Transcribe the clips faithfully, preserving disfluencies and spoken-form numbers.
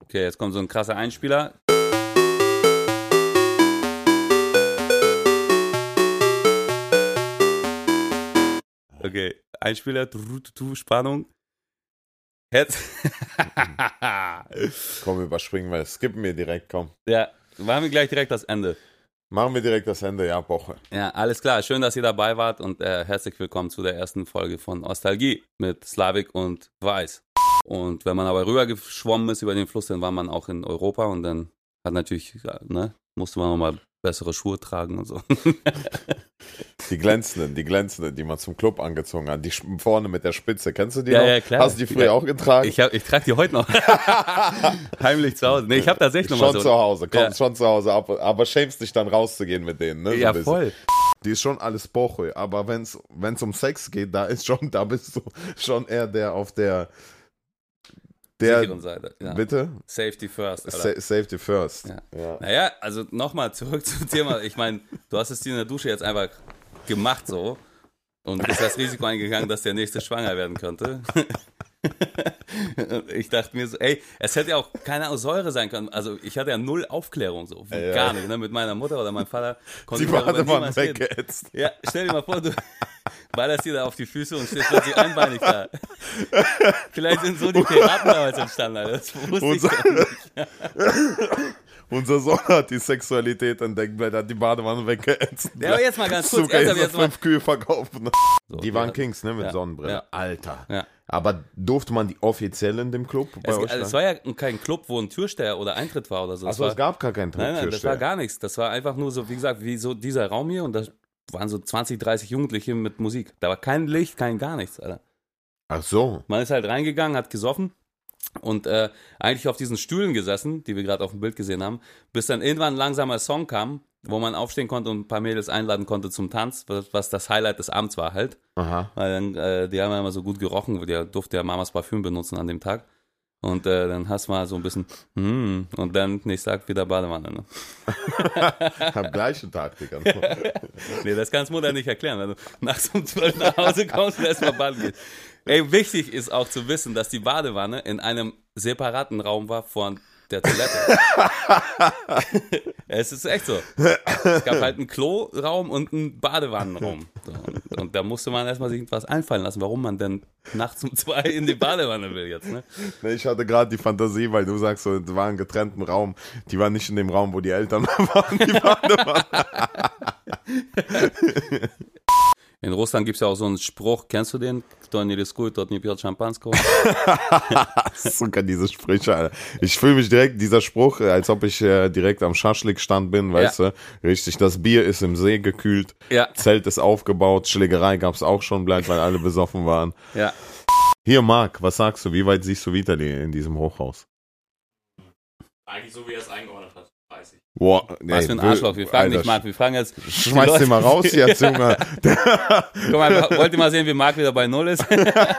Okay, jetzt kommt so ein krasser Einspieler. Okay, Einspieler, tu, tu, tu, Spannung. Jetzt. Komm, überspringen wir. Skippen wir direkt, komm. Ja, machen wir gleich direkt das Ende. Machen wir direkt das Ende, ja, Woche. Ja, alles klar. Schön, dass ihr dabei wart und äh, herzlich willkommen zu der ersten Folge von Ostalgie mit Slavik und Weiß. Und wenn man aber rüber geschwommen ist über den Fluss, dann war man auch in Europa und dann hat natürlich, ne, musste man nochmal bessere Schuhe tragen und so. Die glänzenden, die glänzenden, die man zum Club angezogen hat. Die vorne mit der Spitze. Kennst du die ja, noch? Ja, klar. Hast du die früher ja, auch getragen? Ich, hab, ich trage die heute noch. Heimlich zu Hause. Nee, ich habe tatsächlich nochmal so. Schon zu Hause, komm, ja. schon zu Hause. Aber, aber schämst dich dann rauszugehen mit denen, ne? So ja, voll. Die ist schon alles Boche, aber wenn es um Sex geht, da ist schon, da bist du schon eher der auf der der sicheren Seite. Ja. Bitte? Safety first. Sa- Safety first. Ja. Ja. Naja, also nochmal zurück zum Thema. Ich meine, du hast es dir in der Dusche jetzt einfach gemacht so und bist das Risiko eingegangen, dass der nächste schwanger werden könnte. Ich dachte mir so, ey, es hätte ja auch keine Säure sein können. Also ich hatte ja null Aufklärung so, ja. gar nicht. Ne? Mit meiner Mutter oder meinem Vater konnte Die ich darüber waren niemals weggeätzt. reden. Ja, stell dir mal vor, du ballerst dir da auf die Füße und stehst plötzlich einbeinig da. Vielleicht sind so die Piraten damals entstanden, Alter. Das wusste Unser, ich nicht. Unser Sohn hat die Sexualität entdeckt, weil er hat die Badewanne weggeätzt. Ja, aber jetzt mal ganz kurz. Zucker, Ernsthaft, jetzt jetzt fünf Kühe verkaufen. So, die waren ja. Kings, ne, mit Ja. Sonnenbrille. Ja. Alter. Ja. Aber durfte man die offiziell in dem Club bei Es, euch? also es war ja kein Club, wo ein Türsteher oder Eintritt war oder so. Achso, war, es gab gar keinen Nein, nein, das war Türsteher. gar nichts. Das war einfach nur so, wie gesagt, wie so dieser Raum hier und da waren so zwanzig, dreißig Jugendliche mit Musik. Da war kein Licht, kein gar nichts, Alter. Ach so. Man ist halt reingegangen, hat gesoffen und äh, eigentlich auf diesen Stühlen gesessen, die wir gerade auf dem Bild gesehen haben, bis dann irgendwann ein langsamer Song kam, wo man aufstehen konnte und ein paar Mädels einladen konnte zum Tanz, was, was das Highlight des Abends war halt. Aha. Weil dann, äh, die haben ja immer so gut gerochen, die durfte ja Mamas Parfüm benutzen an dem Tag. Und äh, dann hast du mal so ein bisschen, mm, und dann nächsten Tag wieder Badewanne. Ne? Am gleichen Tag, Digga. Nee, das kannst Mutter nicht erklären. Wenn du nachts um zwölf nach Hause kommst und erstmal baden gehst. Ey, wichtig ist auch zu wissen, dass die Badewanne in einem separaten Raum war von der Toilette. Es ist echt so. Es gab halt einen Kloraum und einen Badewannenraum. So, und, und da musste man erstmal sich was einfallen lassen, warum man denn nachts um zwei in die Badewanne will jetzt. Ne? Ich hatte gerade die Fantasie, weil du sagst, so, es war ein getrennten Raum. Die waren nicht in dem Raum, wo die Eltern waren. Die waren In Russland gibt es ja auch so einen Spruch, kennst du den? Кто не рискует, тот не пьет шампанского. Sogar diese Sprüche, Alter. Ich fühle mich direkt, dieser Spruch, als ob ich äh, direkt am Schaschlikstand bin, weißt Ja. du? Richtig, das Bier ist im See gekühlt, Ja. Zelt ist aufgebaut, Schlägerei gab es auch schon, bleibt, weil alle besoffen waren. Ja. Hier, Marc, was sagst du, wie weit siehst du Vitali in diesem Hochhaus? Eigentlich so, wie er es eingeordnet hat, dreißig. Boah, Was für ein Arschloch, wir fragen nicht Marc, wir fragen jetzt. Schmeiß den mal raus jetzt, Junge. Guck mal, wollt ihr mal sehen, wie Marc wieder bei Null ist?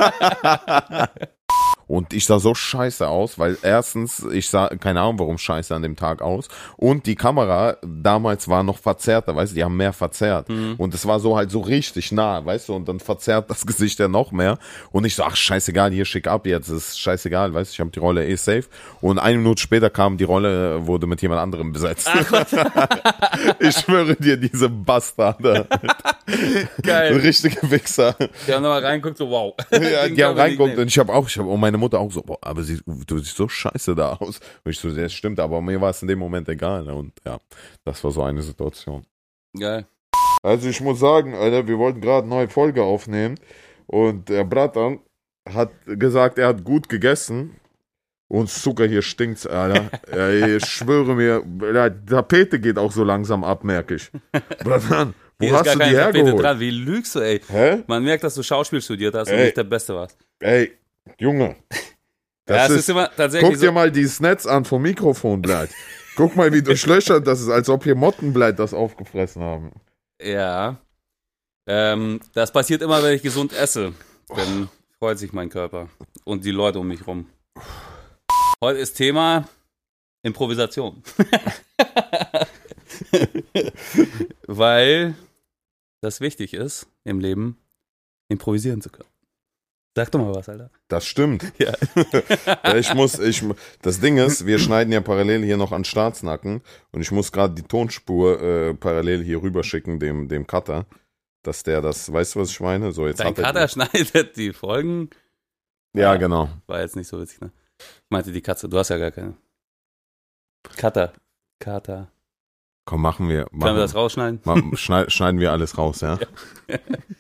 Und ich sah so scheiße aus, weil erstens, ich sah, keine Ahnung, warum scheiße an dem Tag aus. Und die Kamera damals war noch verzerrter, weißt du, die haben mehr verzerrt. Mhm. Und es war so halt so richtig nah, weißt du, und dann verzerrt das Gesicht ja noch mehr. Und ich so, ach, scheißegal, hier schick ab jetzt, ist scheißegal, weißt du, ich habe die Rolle eh safe. Und eine Minute später kam die Rolle, wurde mit jemand anderem besetzt. Ach, ich schwöre dir, diese Bastarde. Geil. Richtige Wichser. Die haben nochmal reingeguckt, so wow. Ja, die haben reingeguckt und ich habe auch, ich habe, und meine Mutter auch so, boah, aber sie, du siehst so scheiße da aus. Und ich so, das stimmt, aber mir war es in dem Moment egal. Und ja, das war so eine Situation. Geil. Also ich muss sagen, Alter, wir wollten gerade eine neue Folge aufnehmen und der Bratan hat gesagt, er hat gut gegessen und Zucker hier stinkt's, Alter. Ja, ich schwöre mir, die Tapete geht auch so langsam ab, merke ich. Bratan, wo Hier hast ist du gar die keine Tapete hergeholt? dran. Wie lügst du, ey? Hä? Man merkt, dass du Schauspiel studiert hast und Ey. nicht der Beste warst. Ey, Junge. Das Ja, es ist, ist immer tatsächlich guck dir so. mal dieses Netz an vom Mikrofonblatt. Guck mal, wie durchlöchert das ist, als ob hier Mottenblatt das aufgefressen haben. Ja. Ähm, das passiert immer, wenn ich gesund esse. Dann freut sich mein Körper und die Leute um mich rum. Heute ist Thema Improvisation. Weil das wichtig ist, im Leben improvisieren zu können. Sag doch mal was, Alter. Das stimmt. Ja. Ja, ich muss, ich, das Ding ist, wir schneiden ja parallel hier noch an Staatsnacken und ich muss gerade die Tonspur äh, parallel hier rüberschicken, dem, dem Cutter, dass der das, weißt du, was ich meine? So, jetzt Dein hat er Cutter die, schneidet die Folgen. Ja, genau. War jetzt nicht so witzig, ne? Ich meinte die Katze, du hast ja gar keine. Cutter. Cutter. Komm, machen wir. Machen, Können wir das rausschneiden? Machen, schneid, schneiden wir alles raus, ja? Ja.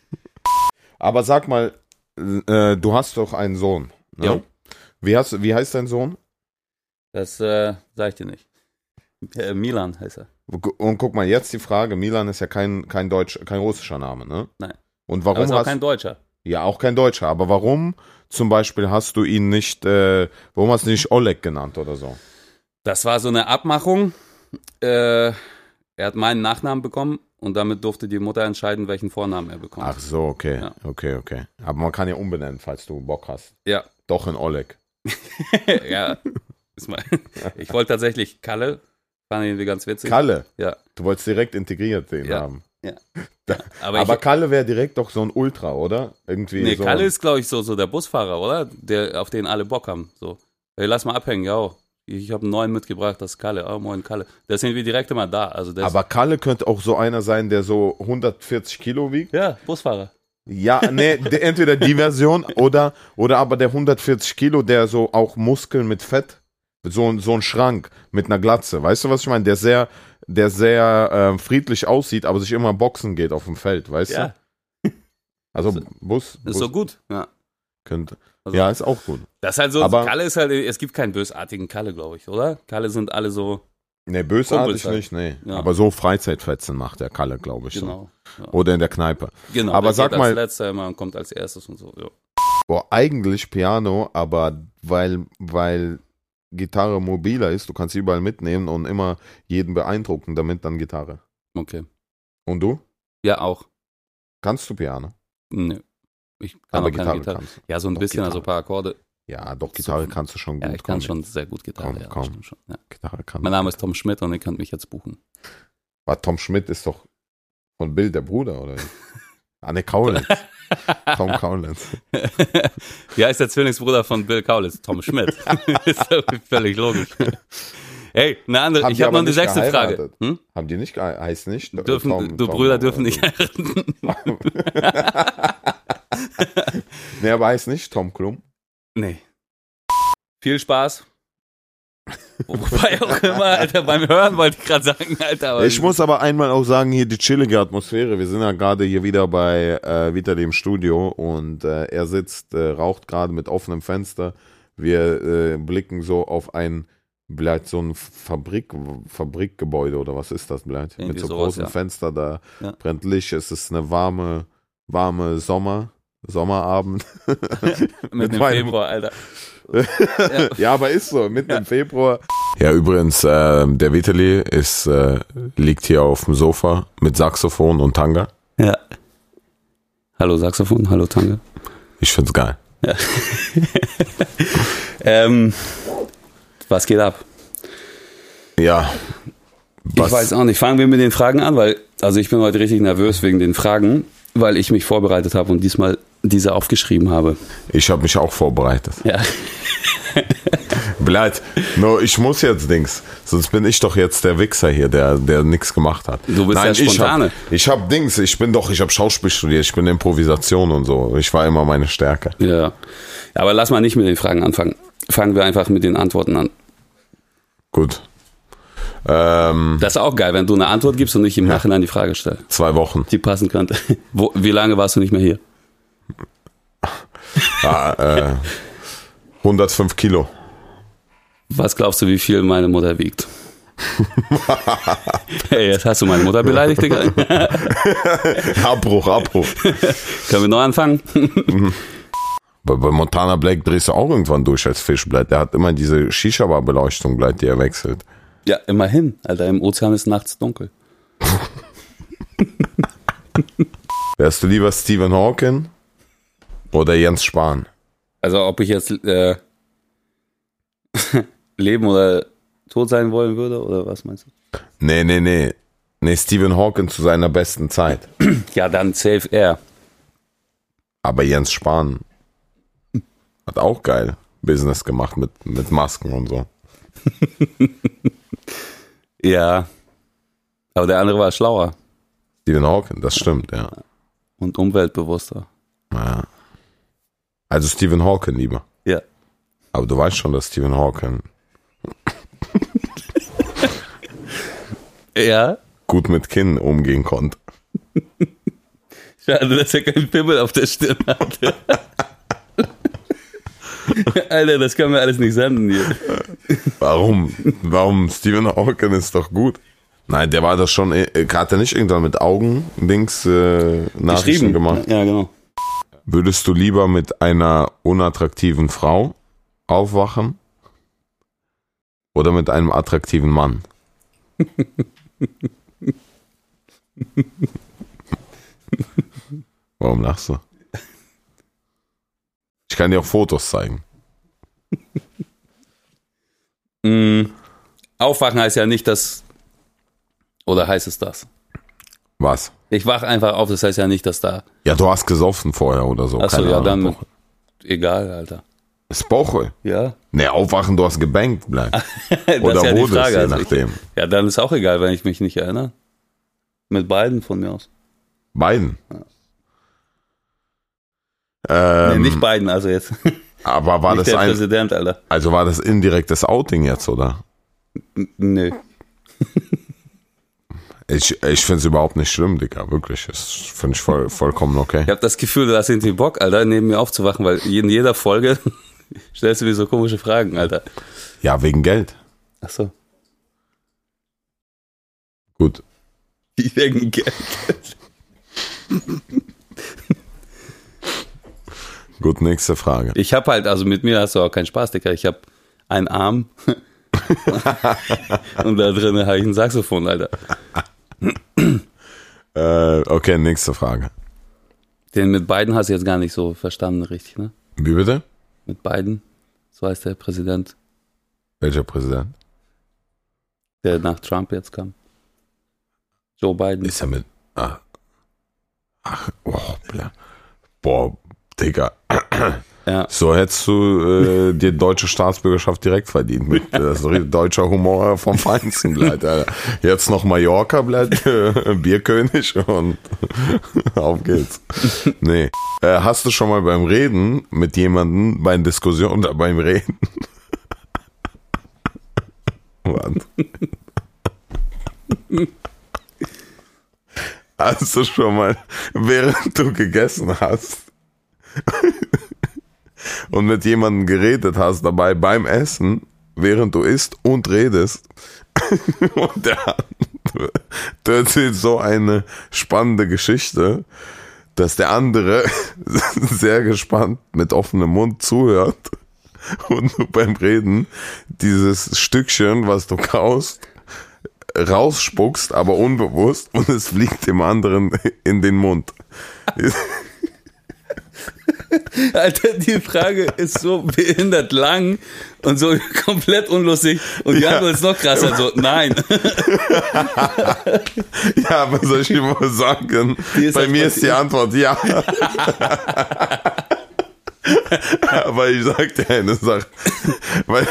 Aber sag mal, äh, du hast doch einen Sohn. Ne? Ja. Wie, hast, wie heißt dein Sohn? Das äh, sag ich dir nicht. Äh, Milan heißt er. Und guck mal, jetzt die Frage, Milan ist ja kein, kein deutsch, kein russischer Name, ne? Nein. Und warum Aber ist auch hast kein Deutscher. Ja, auch kein Deutscher, aber warum zum Beispiel hast du ihn nicht, äh, warum hast du ihn nicht Oleg genannt oder so? Das war so eine Abmachung. Äh, er hat meinen Nachnamen bekommen und damit durfte die Mutter entscheiden, welchen Vornamen er bekommt. Ach so, okay, Ja. okay, okay. Aber man kann ja umbenennen, falls du Bock hast. Ja. Doch in Oleg. Ja. Ist mal. Ich wollte tatsächlich Kalle. Fand ich irgendwie ganz witzig. Kalle? Ja. Du wolltest direkt integriert den Ja. haben. Ja. Da, Aber, aber ich, Kalle wäre direkt doch so ein Ultra, oder? Irgendwie nee, so. Kalle ist, glaube ich, so, so der Busfahrer, oder? Der, auf den alle Bock haben. So, hey, lass mal abhängen, ja. Ich habe einen neuen mitgebracht, das ist Kalle. Oh, moin, Kalle. Der ist irgendwie direkt immer da. Also der Aber Kalle könnte auch so einer sein, der so hundertvierzig Kilo wiegt. ist, ja, Busfahrer. Ja, nee, der, entweder die Version oder, oder aber der hundertvierzig Kilo, der so auch Muskeln mit Fett, so, so ein Schrank mit einer Glatze. Weißt du, was ich meine? Der sehr, der sehr äh, friedlich aussieht, aber sich immer boxen geht auf dem Feld, weißt Ja, du? Also Ist- Bus, ist Bus so gut. Ja. könnte. Also, Ja, ist auch gut. Das ist halt so, Aber- Kalle ist halt, es gibt keinen bösartigen Kalle, glaube ich, oder? Kalle sind alle so, Nee, bösartig Kumpels halt. nicht, nee. Ja. Aber so Freizeitfetzen macht der Kalle, glaube ich. So. genau. Ja. Oder in der Kneipe. Genau, Aber der sag geht mal- als letzter immer und kommt als erstes und so. Ja. Boah, eigentlich Piano, aber weil, weil Gitarre mobiler ist, du kannst sie überall mitnehmen und immer jeden beeindrucken, damit dann Gitarre. Okay. Und du? Ja, auch. Kannst du Piano? Nö. Ich kann Aber auch keine Gitarre, Gitarre. kannst du. Ja, so ein Doch, bisschen, Gitarre. also ein paar Akkorde. Ja, doch, Gitarre kannst du schon gut. Ja, ich kann komm, schon sehr gut Gitarre. Komm, ja, komm. stimmt schon. Ja. Gitarre kann Mein Name ist Tom Schmidt und ihr könnt mich jetzt buchen. Aber Tom Schmidt ist doch von Bill der Bruder, oder? Ah, ne, Kaulitz. Tom Kaulitz. Wie heißt der Zwillingsbruder von Bill Kaulitz? Tom Schmidt. Ist doch völlig logisch. Hey, eine andere, Haben ich die habe noch aber eine nicht sechste Frage. geheiratet? Hm? Haben die nicht, gehe- heißt nicht? äh, Dürfen, Tom- du Tom- Brüder dürfen äh, nicht heiraten. Nee, aber heißt nicht Tom Klum. Nee. Viel Spaß. Wobei auch immer, Alter, beim Hören wollte ich gerade sagen, Alter. Aber Ich muss aber einmal auch sagen, hier die chillige Atmosphäre. Wir sind ja gerade hier wieder bei äh, Vitali im Studio und äh, er sitzt, äh, raucht gerade mit offenem Fenster. Wir äh, blicken so auf ein, bleibt so ein Fabrik, Fabrikgebäude oder was ist das, bleibt? Mit Irgendwie so sowas, großen ja. Fenster, da Ja. brennt Licht. Es ist eine warme, warme Sommer, Sommerabend. mit dem meinem- Februar, Alter. Ja, aber ist so, mitten im Februar. Ja, übrigens, äh, der Vitali ist, äh, liegt hier auf dem Sofa mit Saxophon und Tanga. Ja. Hallo Saxophon, hallo Tange. Ich find's geil. Ähm, was geht ab? Ja. Was, Ich weiß auch nicht. Fangen wir mit den Fragen an, weil, also ich bin heute richtig nervös wegen den Fragen, weil ich mich vorbereitet habe und diesmal diese aufgeschrieben habe. Ich habe mich auch vorbereitet. Ja. Bleibt. No, ich muss jetzt Dings. Sonst bin ich doch jetzt der Wichser hier, der, der nichts gemacht hat. Du bist der Spontane. Ich habe hab Dings. Ich bin doch, ich habe Schauspiel studiert. Ich bin Improvisation und so. Ich war immer meine Stärke. Ja. Aber lass mal nicht mit den Fragen anfangen. Fangen wir einfach mit den Antworten an. Gut. Ähm, Das ist auch geil, wenn du eine Antwort gibst und ich im Nachhinein die Frage stelle, zwei Wochen. die passen könnte. Wo, wie lange warst du nicht mehr hier? Ah, äh, hundertfünf Kilo. Was glaubst du, wie viel meine Mutter wiegt? Hey, jetzt hast du meine Mutter beleidigt, Digga. Abbruch, Abbruch. Können wir neu anfangen? Bei, bei Montana Black drehst du auch irgendwann durch als Fischblatt. Der hat immer diese Shisha-Bar-Beleuchtung, die er wechselt. Ja, immerhin. Alter, im Ozean ist nachts dunkel. Wärst du lieber Stephen Hawking oder Jens Spahn? Also ob ich jetzt äh, leben oder tot sein wollen würde, oder was meinst du? Nee, nee, nee. Nee, Stephen Hawking zu seiner besten Zeit. Ja, dann safe er. Aber Jens Spahn. Hat auch geil Business gemacht mit, mit Masken und so. Ja. Aber der andere war schlauer. Stephen Hawking, das stimmt, ja. Und umweltbewusster. ja. Also Stephen Hawking lieber. Ja. Aber du weißt schon, dass Stephen Hawking Ja. gut mit Kinn umgehen konnte. Schade, dass er keinen Pimmel auf der Stirn hatte. Alter, das kann man alles nicht senden hier. Warum? Warum? Stephen Hawking ist doch gut. Nein, der war das schon, hat er nicht irgendwann mit Augen links äh, Nachrichten gemacht? Ja, genau. Würdest du lieber mit einer unattraktiven Frau aufwachen oder mit einem attraktiven Mann? Warum lachst du? Ich kann dir auch Fotos zeigen. Mm, Aufwachen heißt ja nicht, dass... Oder heißt es das? Was? Ich wach einfach auf, das heißt ja nicht, dass da... Ja, du hast gesoffen vorher oder so. Achso, keine ja, Ahnung. dann... Egal, Alter. Ist Boche. Ja. Ne, aufwachen, du hast gebankt, bleib. Das Oder ist ja die wurdest, Frage. je Also nachdem. ich, ja, dann ist auch egal, wenn ich mich nicht erinnere. Mit beiden von mir aus. Beiden. Nee, Ähm, nicht beiden, also jetzt. aber war nicht das der ein, Präsident, Alter. also war das indirektes Outing jetzt, oder? N- Nö. Ich, ich finde es überhaupt nicht schlimm, Digga, wirklich. Das finde ich voll, vollkommen okay. Ich habe das Gefühl, du hast irgendwie Bock, Alter, neben mir aufzuwachen, weil in jeder Folge stellst du mir so komische Fragen, Alter. Ja, wegen Geld. Ach so. Gut. Wegen Geld. Gut, nächste Frage. Ich habe halt, also mit mir hast du auch keinen Spaß, Digga. Ich habe einen Arm und da drin habe ich ein Saxophon, Alter. Äh, okay, nächste Frage. Den mit beiden hast du jetzt gar nicht so verstanden, richtig, ne? Wie bitte? Mit beiden, so heißt der Präsident, Welcher Präsident? der nach Trump jetzt kam. Joe Biden. Ist er mit. Ach, ach oh, bla. Boah, Digga. Ja. So hättest du äh, die deutsche Staatsbürgerschaft direkt verdient. Mit, das ist deutscher Humor vom Feinsten, bleibt. Alter. Jetzt noch Mallorca, bleibt äh, Bierkönig und auf geht's. Nee. Äh, hast du schon mal beim Reden mit jemandem, bei einer Diskussion oder beim Reden? Warte. Hast du schon mal, während du gegessen hast und mit jemandem geredet hast dabei beim Essen, während du isst und redest und der, der erzählt so eine spannende Geschichte, dass der andere sehr gespannt mit offenem Mund zuhört und du beim Reden dieses Stückchen, was du kaust, rausspuckst, aber unbewusst und es fliegt dem anderen in den Mund. Alter, die Frage ist so behindert lang und so komplett unlustig und die Ja. Antwort ist noch krasser, so nein. Ja, aber soll ich dir mal sagen? ist Bei halt mir ist die passiert. Antwort ja. Aber ich sag dir eine Sache. Weil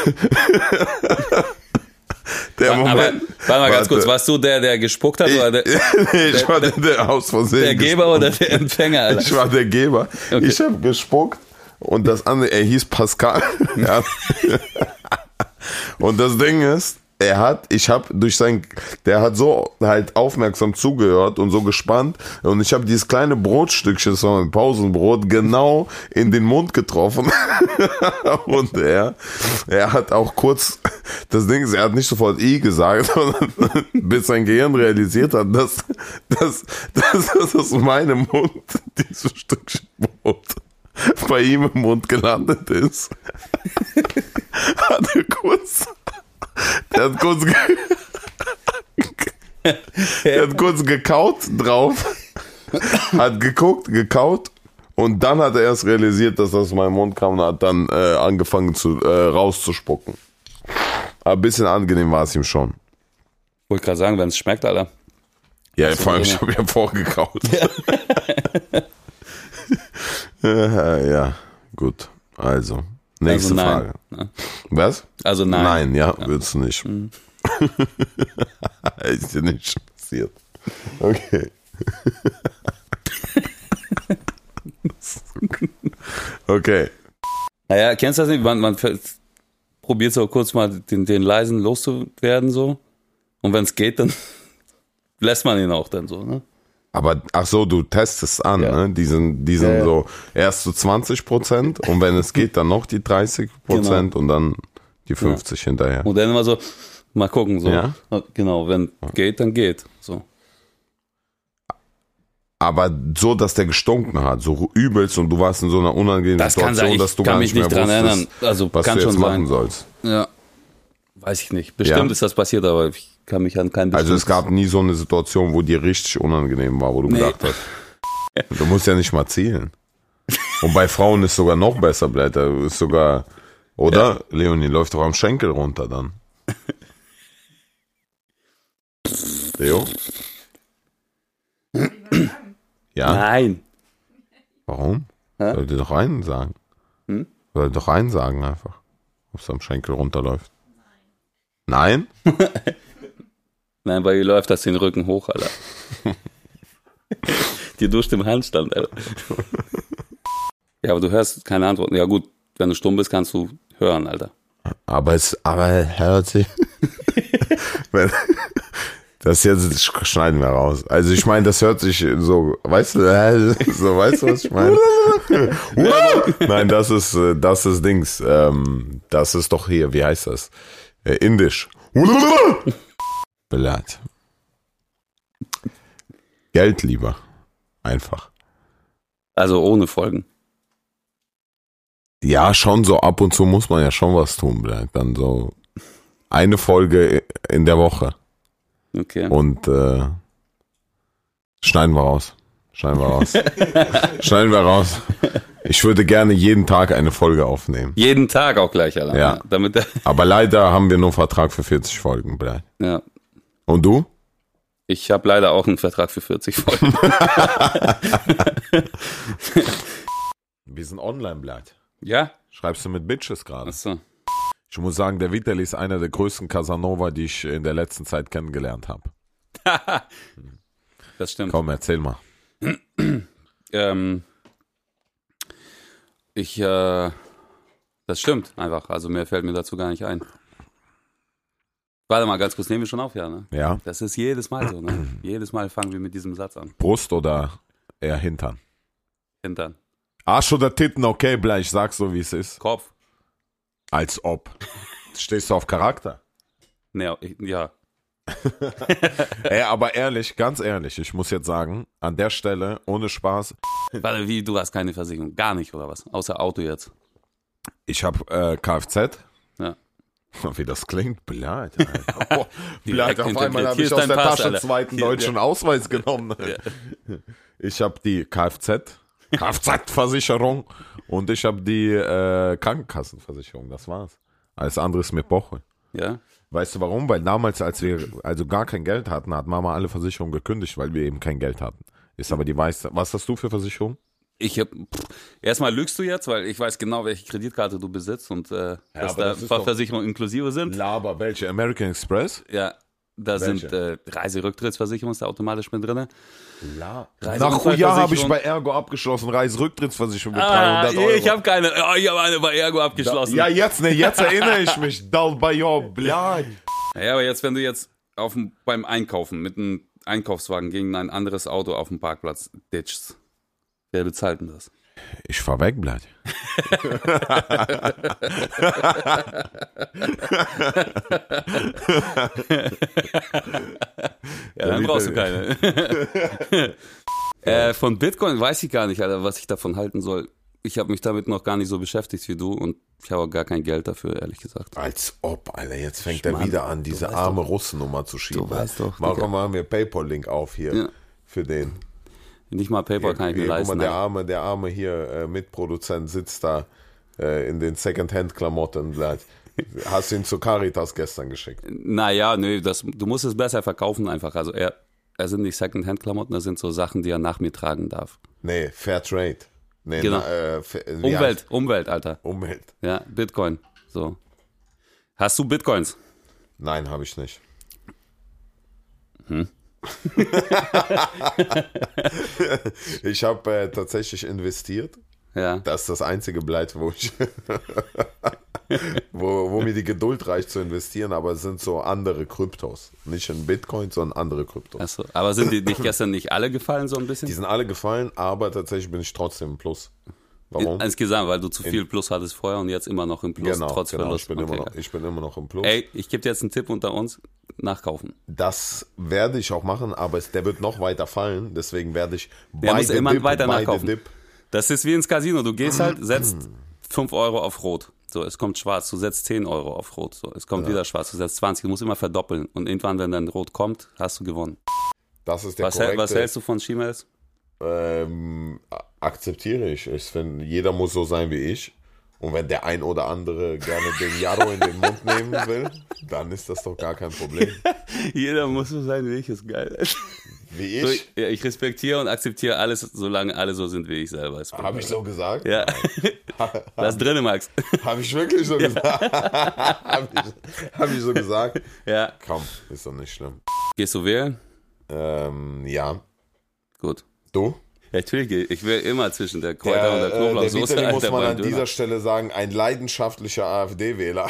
der Aber, Moment. warte mal ganz Warte. kurz, warst du der, der gespuckt hat oder der, Nee, ich war der, der aus Versehen. der Geber oder der Empfänger, Alter? Ich war der Geber. Okay. Ich habe gespuckt und das andere, er hieß Pascal. Ja. Und das Ding ist, er hat, ich habe durch sein, der hat so halt aufmerksam zugehört und so gespannt und ich habe dieses kleine Brotstückchen, so ein Pausenbrot, genau in den Mund getroffen. Und er, er hat auch kurz, das Ding ist, er hat nicht sofort I gesagt, sondern bis sein Gehirn realisiert hat, dass, dass, dass, dass aus meinem Mund dieses Stückchen Brot bei ihm im Mund gelandet ist. Hat er kurz, der hat kurz, ge der hat kurz gekaut drauf, hat geguckt, gekaut und dann hat er erst realisiert, dass das aus meinem Mund kam und hat dann äh, angefangen zu, äh, rauszuspucken. Aber ein bisschen angenehm war es ihm schon. Ich wollte gerade sagen, wenn es schmeckt, Alter. Ja, vor allem, ich habe ja vorgekaut. Ja. Ja, gut. Also, nächste Also nein, Frage. ne? Was? Also nein. Nein, ja, Ja. würdest du nicht. Mhm. Ist dir nicht passiert. Okay. Okay. Naja, kennst du das nicht? Man, man probiert so kurz mal den, den leisen loszuwerden so. Und wenn es geht, dann lässt man ihn auch dann so, ne? Aber, ach so, du testest an, Ja. ne? Die sind, die sind Ja, ja. so erst zu zwanzig Prozent und wenn es geht, dann noch die dreißig Prozent und dann die fünfzig hinterher. Und dann immer so, mal gucken, so. Ja? Genau, wenn geht, dann geht. So. Aber so, dass der gestunken hat, so übelst und du warst in so einer unangenehmen Das kann Situation, sein, ich dass du kann gar mich nicht mehr nicht dran wusstest, erinnern. Also was kann du jetzt schon machen sein. sollst. Ja. Weiß ich nicht. Bestimmt Ja? ist das passiert, aber ich kann mich an keinen Also es bestimmtes- gab nie so eine Situation, wo dir richtig unangenehm war, wo du Nee. gedacht hast, du musst ja nicht mal zielen. Und bei Frauen ist sogar noch besser, Blätter. Ist sogar, oder? Ja. Leonie läuft doch am Schenkel runter dann. Leo? Ja? Nein. Warum? Hä? Soll dir doch einen sagen. Hm? Soll dir doch einen sagen einfach. Ob es am Schenkel runterläuft. Nein? Nein, bei ihr läuft das den Rücken hoch, Alter. Die duscht im Handstand, Alter. Ja, aber du hörst keine Antworten. Ja gut, wenn du stumm bist, kannst du hören, Alter. Aber es, aber hört sich. Wenn, das jetzt schneiden wir raus. Also ich meine, das hört sich so, weißt du, äh, so, weißt du, was ich meine? Nein, das ist, äh, das ist Dings. Ähm, das ist doch hier, wie heißt das? Äh, Indisch. Beleidigt. Geld lieber. Einfach. Also ohne Folgen. Ja, schon so ab und zu muss man ja schon was tun, bleibt dann so eine Folge in der Woche Okay. und äh, schneiden wir raus. Schneiden wir raus. Schneiden wir raus. Ich würde gerne jeden Tag eine Folge aufnehmen. Jeden Tag auch gleich, Alter. Ja. Damit der, Aber leider haben wir nur einen Vertrag für vierzig Folgen, bleibt. ja. Und du? Ich habe leider auch einen Vertrag für vierzig Folgen. Wir sind online, bleibt. Ja? Schreibst du mit Bitches gerade? Achso. Ich muss sagen, der Vitali ist einer der größten Casanova, die ich in der letzten Zeit kennengelernt habe. Das stimmt. Komm, erzähl mal. Ähm, ich, äh, das stimmt einfach. Also mehr fällt mir dazu gar nicht ein. Warte mal, ganz kurz, nehmen wir schon auf, ja, ne? Ja. Das ist jedes Mal so, ne? Jedes Mal fangen wir mit diesem Satz an. Brust oder eher Hintern? Hintern. Arsch oder Titten, okay, bleib, ich sag's so, wie es ist. Kopf. Als ob. Stehst du auf Charakter? Ne, ich- ja. Ey, aber ehrlich, ganz ehrlich, ich muss jetzt sagen, an der Stelle, ohne Spaß, Warte, wie, du hast keine Versicherung? Gar nicht, oder was? Außer Auto jetzt. ich habe äh, Kfz. Ja. Wie das klingt, blöd. Oh, Direkt auf einmal habe hier ich ist aus dein der Pass, Tasche Alter. zweiten Hier, deutschen ja. Ausweis genommen. Ich habe die Kfz, Kfz-Versicherung und ich habe die äh, Krankenkassenversicherung, das war's. Alles andere ist mir Boche. Ja? Weißt du warum? Weil damals, als wir also gar kein Geld hatten, hat Mama alle Versicherungen gekündigt, weil wir eben kein Geld hatten. Ist aber die meiste. Was hast du für Versicherung? Ich hab, pff, erstmal lügst du jetzt, weil ich weiß genau, welche Kreditkarte du besitzt und äh, dass aber da das ist doch- Versicherungen inklusive sind. Laber, welche? American Express? Ja, da Welche? sind äh, Reiserücktrittsversicherung ist da automatisch mit drin. La Reiseunfallversicherung. Nach Jahr habe ich bei Ergo abgeschlossen, Reiserücktrittsversicherung mit Ah, dreihundert Euro. ich habe keine. Oh, ich habe eine bei Ergo abgeschlossen. Ja, jetzt, ne, jetzt erinnere ich mich. Dalbayo, blöd. Ja, aber jetzt, wenn du jetzt auf dem, beim Einkaufen mit einem Einkaufswagen gegen ein anderes Auto auf dem Parkplatz ditchst, wer bezahlt denn das? Ich fahr weg, blöd. Ja, dann brauchst du keine. äh, von Bitcoin weiß ich gar nicht, Alter, was ich davon halten soll. Ich habe mich damit noch gar nicht so beschäftigt wie du und ich habe auch gar kein Geld dafür, ehrlich gesagt. Als ob, Alter, jetzt fängt Ich er mein, wieder an, du diese weißt arme doch- Russennummer zu schieben. du weißt doch, Mach Digga. mal mir PayPal-Link auf hier Ja. für den. Nicht mal PayPal kann ich mir Hier, guck leisten. mal, der Alter. arme, der arme hier äh, Mitproduzent sitzt da äh, in den Secondhand-Klamotten. blöd. Hast ihn zu Caritas gestern geschickt. Naja, nö, das, du musst es besser verkaufen einfach. Also er, er sind nicht Secondhand-Klamotten, das sind so Sachen, die er nach mir tragen darf. Nee, Fair Trade. Nee, Genau. na, äh, f- wie Umwelt, heißt- Umwelt, Alter. Umwelt. Ja, Bitcoin. So. Hast du Bitcoins? Nein, habe ich nicht. Hm. Ich habe äh, tatsächlich investiert. Ja. Das ist das einzige bleibt, wo ich wo, wo mir die Geduld reicht zu investieren, aber es sind so andere Kryptos. Nicht in Bitcoin, sondern andere Kryptos. Achso. Aber sind die nicht gestern nicht alle gefallen, so ein bisschen? Die sind alle gefallen, aber tatsächlich bin ich trotzdem im Plus. Warum? Insgesamt, weil du zu viel Plus hattest vorher und jetzt immer noch im Plus, Genau, trotz genau. Verlust. Ich bin, Okay, immer noch, geil. ich bin immer noch im Plus. Ey, ich gebe dir jetzt einen Tipp unter uns. Nachkaufen. Das werde ich auch machen, aber es, der wird noch weiter fallen, deswegen werde ich Der muss beide immer Dip, weiter beide nachkaufen. Dip. Das ist wie ins Casino. Du gehst halt, setzt fünf Euro auf Rot. So, es kommt schwarz. Du setzt zehn Euro auf Rot. So, es kommt Ja. wieder schwarz. Du setzt zwanzig. Du musst immer verdoppeln. Und irgendwann, wenn dann Rot kommt, hast du gewonnen. Das ist der Was, hält, korrekte. was hältst du von Shemales? Ähm, akzeptiere ich. Ich finde, jeder muss so sein wie ich. Und wenn der ein oder andere gerne den Jarro in den Mund nehmen will, dann ist das doch gar kein Problem. Jeder muss so sein wie ich. Ist geil. Wie So, ich? ich, ja, ich respektiere und akzeptiere alles, solange alle so sind wie ich selber. Ist Habe ich so gesagt? Ja. Lass drinne, Max. Habe ich wirklich so gesagt? Habe ich, hab ich so gesagt? Ja. Komm, ist doch nicht schlimm. Gehst du wählen? Ähm, ja. Gut. Du? Ja, natürlich gehe ich. Ich will immer zwischen der Kräuter und der Der, äh, der Knoblauchsoße. Vitali muss Alter, man beim an Döner. dieser Stelle sagen, ein leidenschaftlicher AfD-Wähler.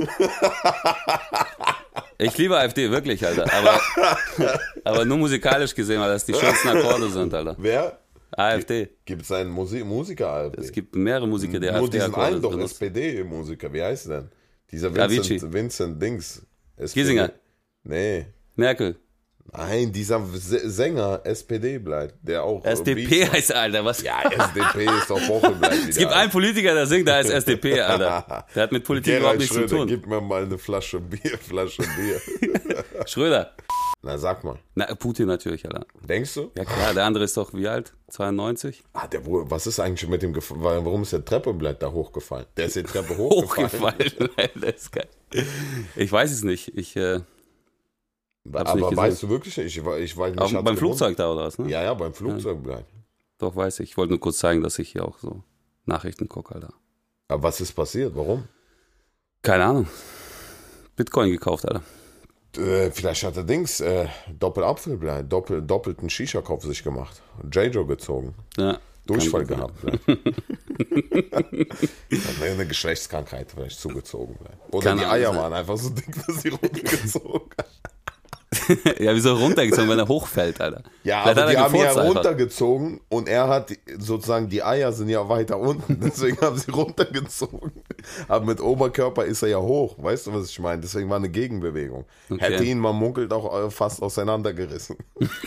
Ich liebe AfD, wirklich, Alter. Aber, aber nur musikalisch gesehen, weil das die schönsten Akkorde sind, Alter. Wer? AfD. Gibt es einen Musi- Musiker AfD? Es gibt mehrere Musiker, die Nur diesen AfD-Akkorde einen doch, benutzen. S P D-Musiker. Wie heißt der denn? Dieser Avicii. Vincent, Vincent Dings. S P D. Giesinger. Nee. Merkel. Nein, dieser S- Sänger S P D bleibt, der auch. äh, S D P Beats- heißt, Alter, was? Ja, S D P ist doch Woche bleibt. Es gibt einen Politiker, der singt, der heißt S D P, Alter. Der hat mit Politik Gerhard überhaupt nichts Schröder, zu tun. gib mir mal eine Flasche Bier, Flasche Bier. Schröder. Na, sag mal. Na, Putin natürlich, Alter. Denkst du? Ja klar, der andere ist doch wie alt? zweiundneunzig? Ah, der, wo- was ist eigentlich mit dem, Gef- warum ist der Treppenblatt da hochgefallen? Der ist die Treppe hochgefallen. Hochgefallen, Alter, ist geil. Ich weiß es nicht. Ich, äh, Hab's Aber nicht gesehen. weißt du wirklich nicht? Ich, ich, ich weiß nicht. auch hat's beim gewundert. Flugzeug da oder was, ne? Ja, ja, beim Flugzeug bleibt. Doch, weiß ich. Ich wollte nur kurz zeigen, dass ich hier auch so Nachrichten gucke, Alter. Aber was ist passiert? Warum? Keine Ahnung. Bitcoin gekauft, Alter. Äh, vielleicht hat er Dings, äh, Doppelapfelblei, doppel, doppelten Shisha-Kopf sich gemacht. J-Jo gezogen. Ja. Durchfall Kann gehabt. Blei. Hat eine Geschlechtskrankheit vielleicht zugezogen. Blei. Oder Kann die auch Eier sein. waren einfach so dick, dass sie runtergezogen hat. Ja, wieso runtergezogen, wenn er hochfällt, Alter? Ja, Vielleicht aber hat die er haben ja gefurzt einfach. runtergezogen und er hat die- sozusagen, die Eier sind ja weiter unten, deswegen haben sie runtergezogen. Aber mit Oberkörper ist er ja hoch, weißt du, was ich meine? Deswegen war eine Gegenbewegung. Okay. Hätte ihn, man munkelt, auch äh, fast auseinandergerissen.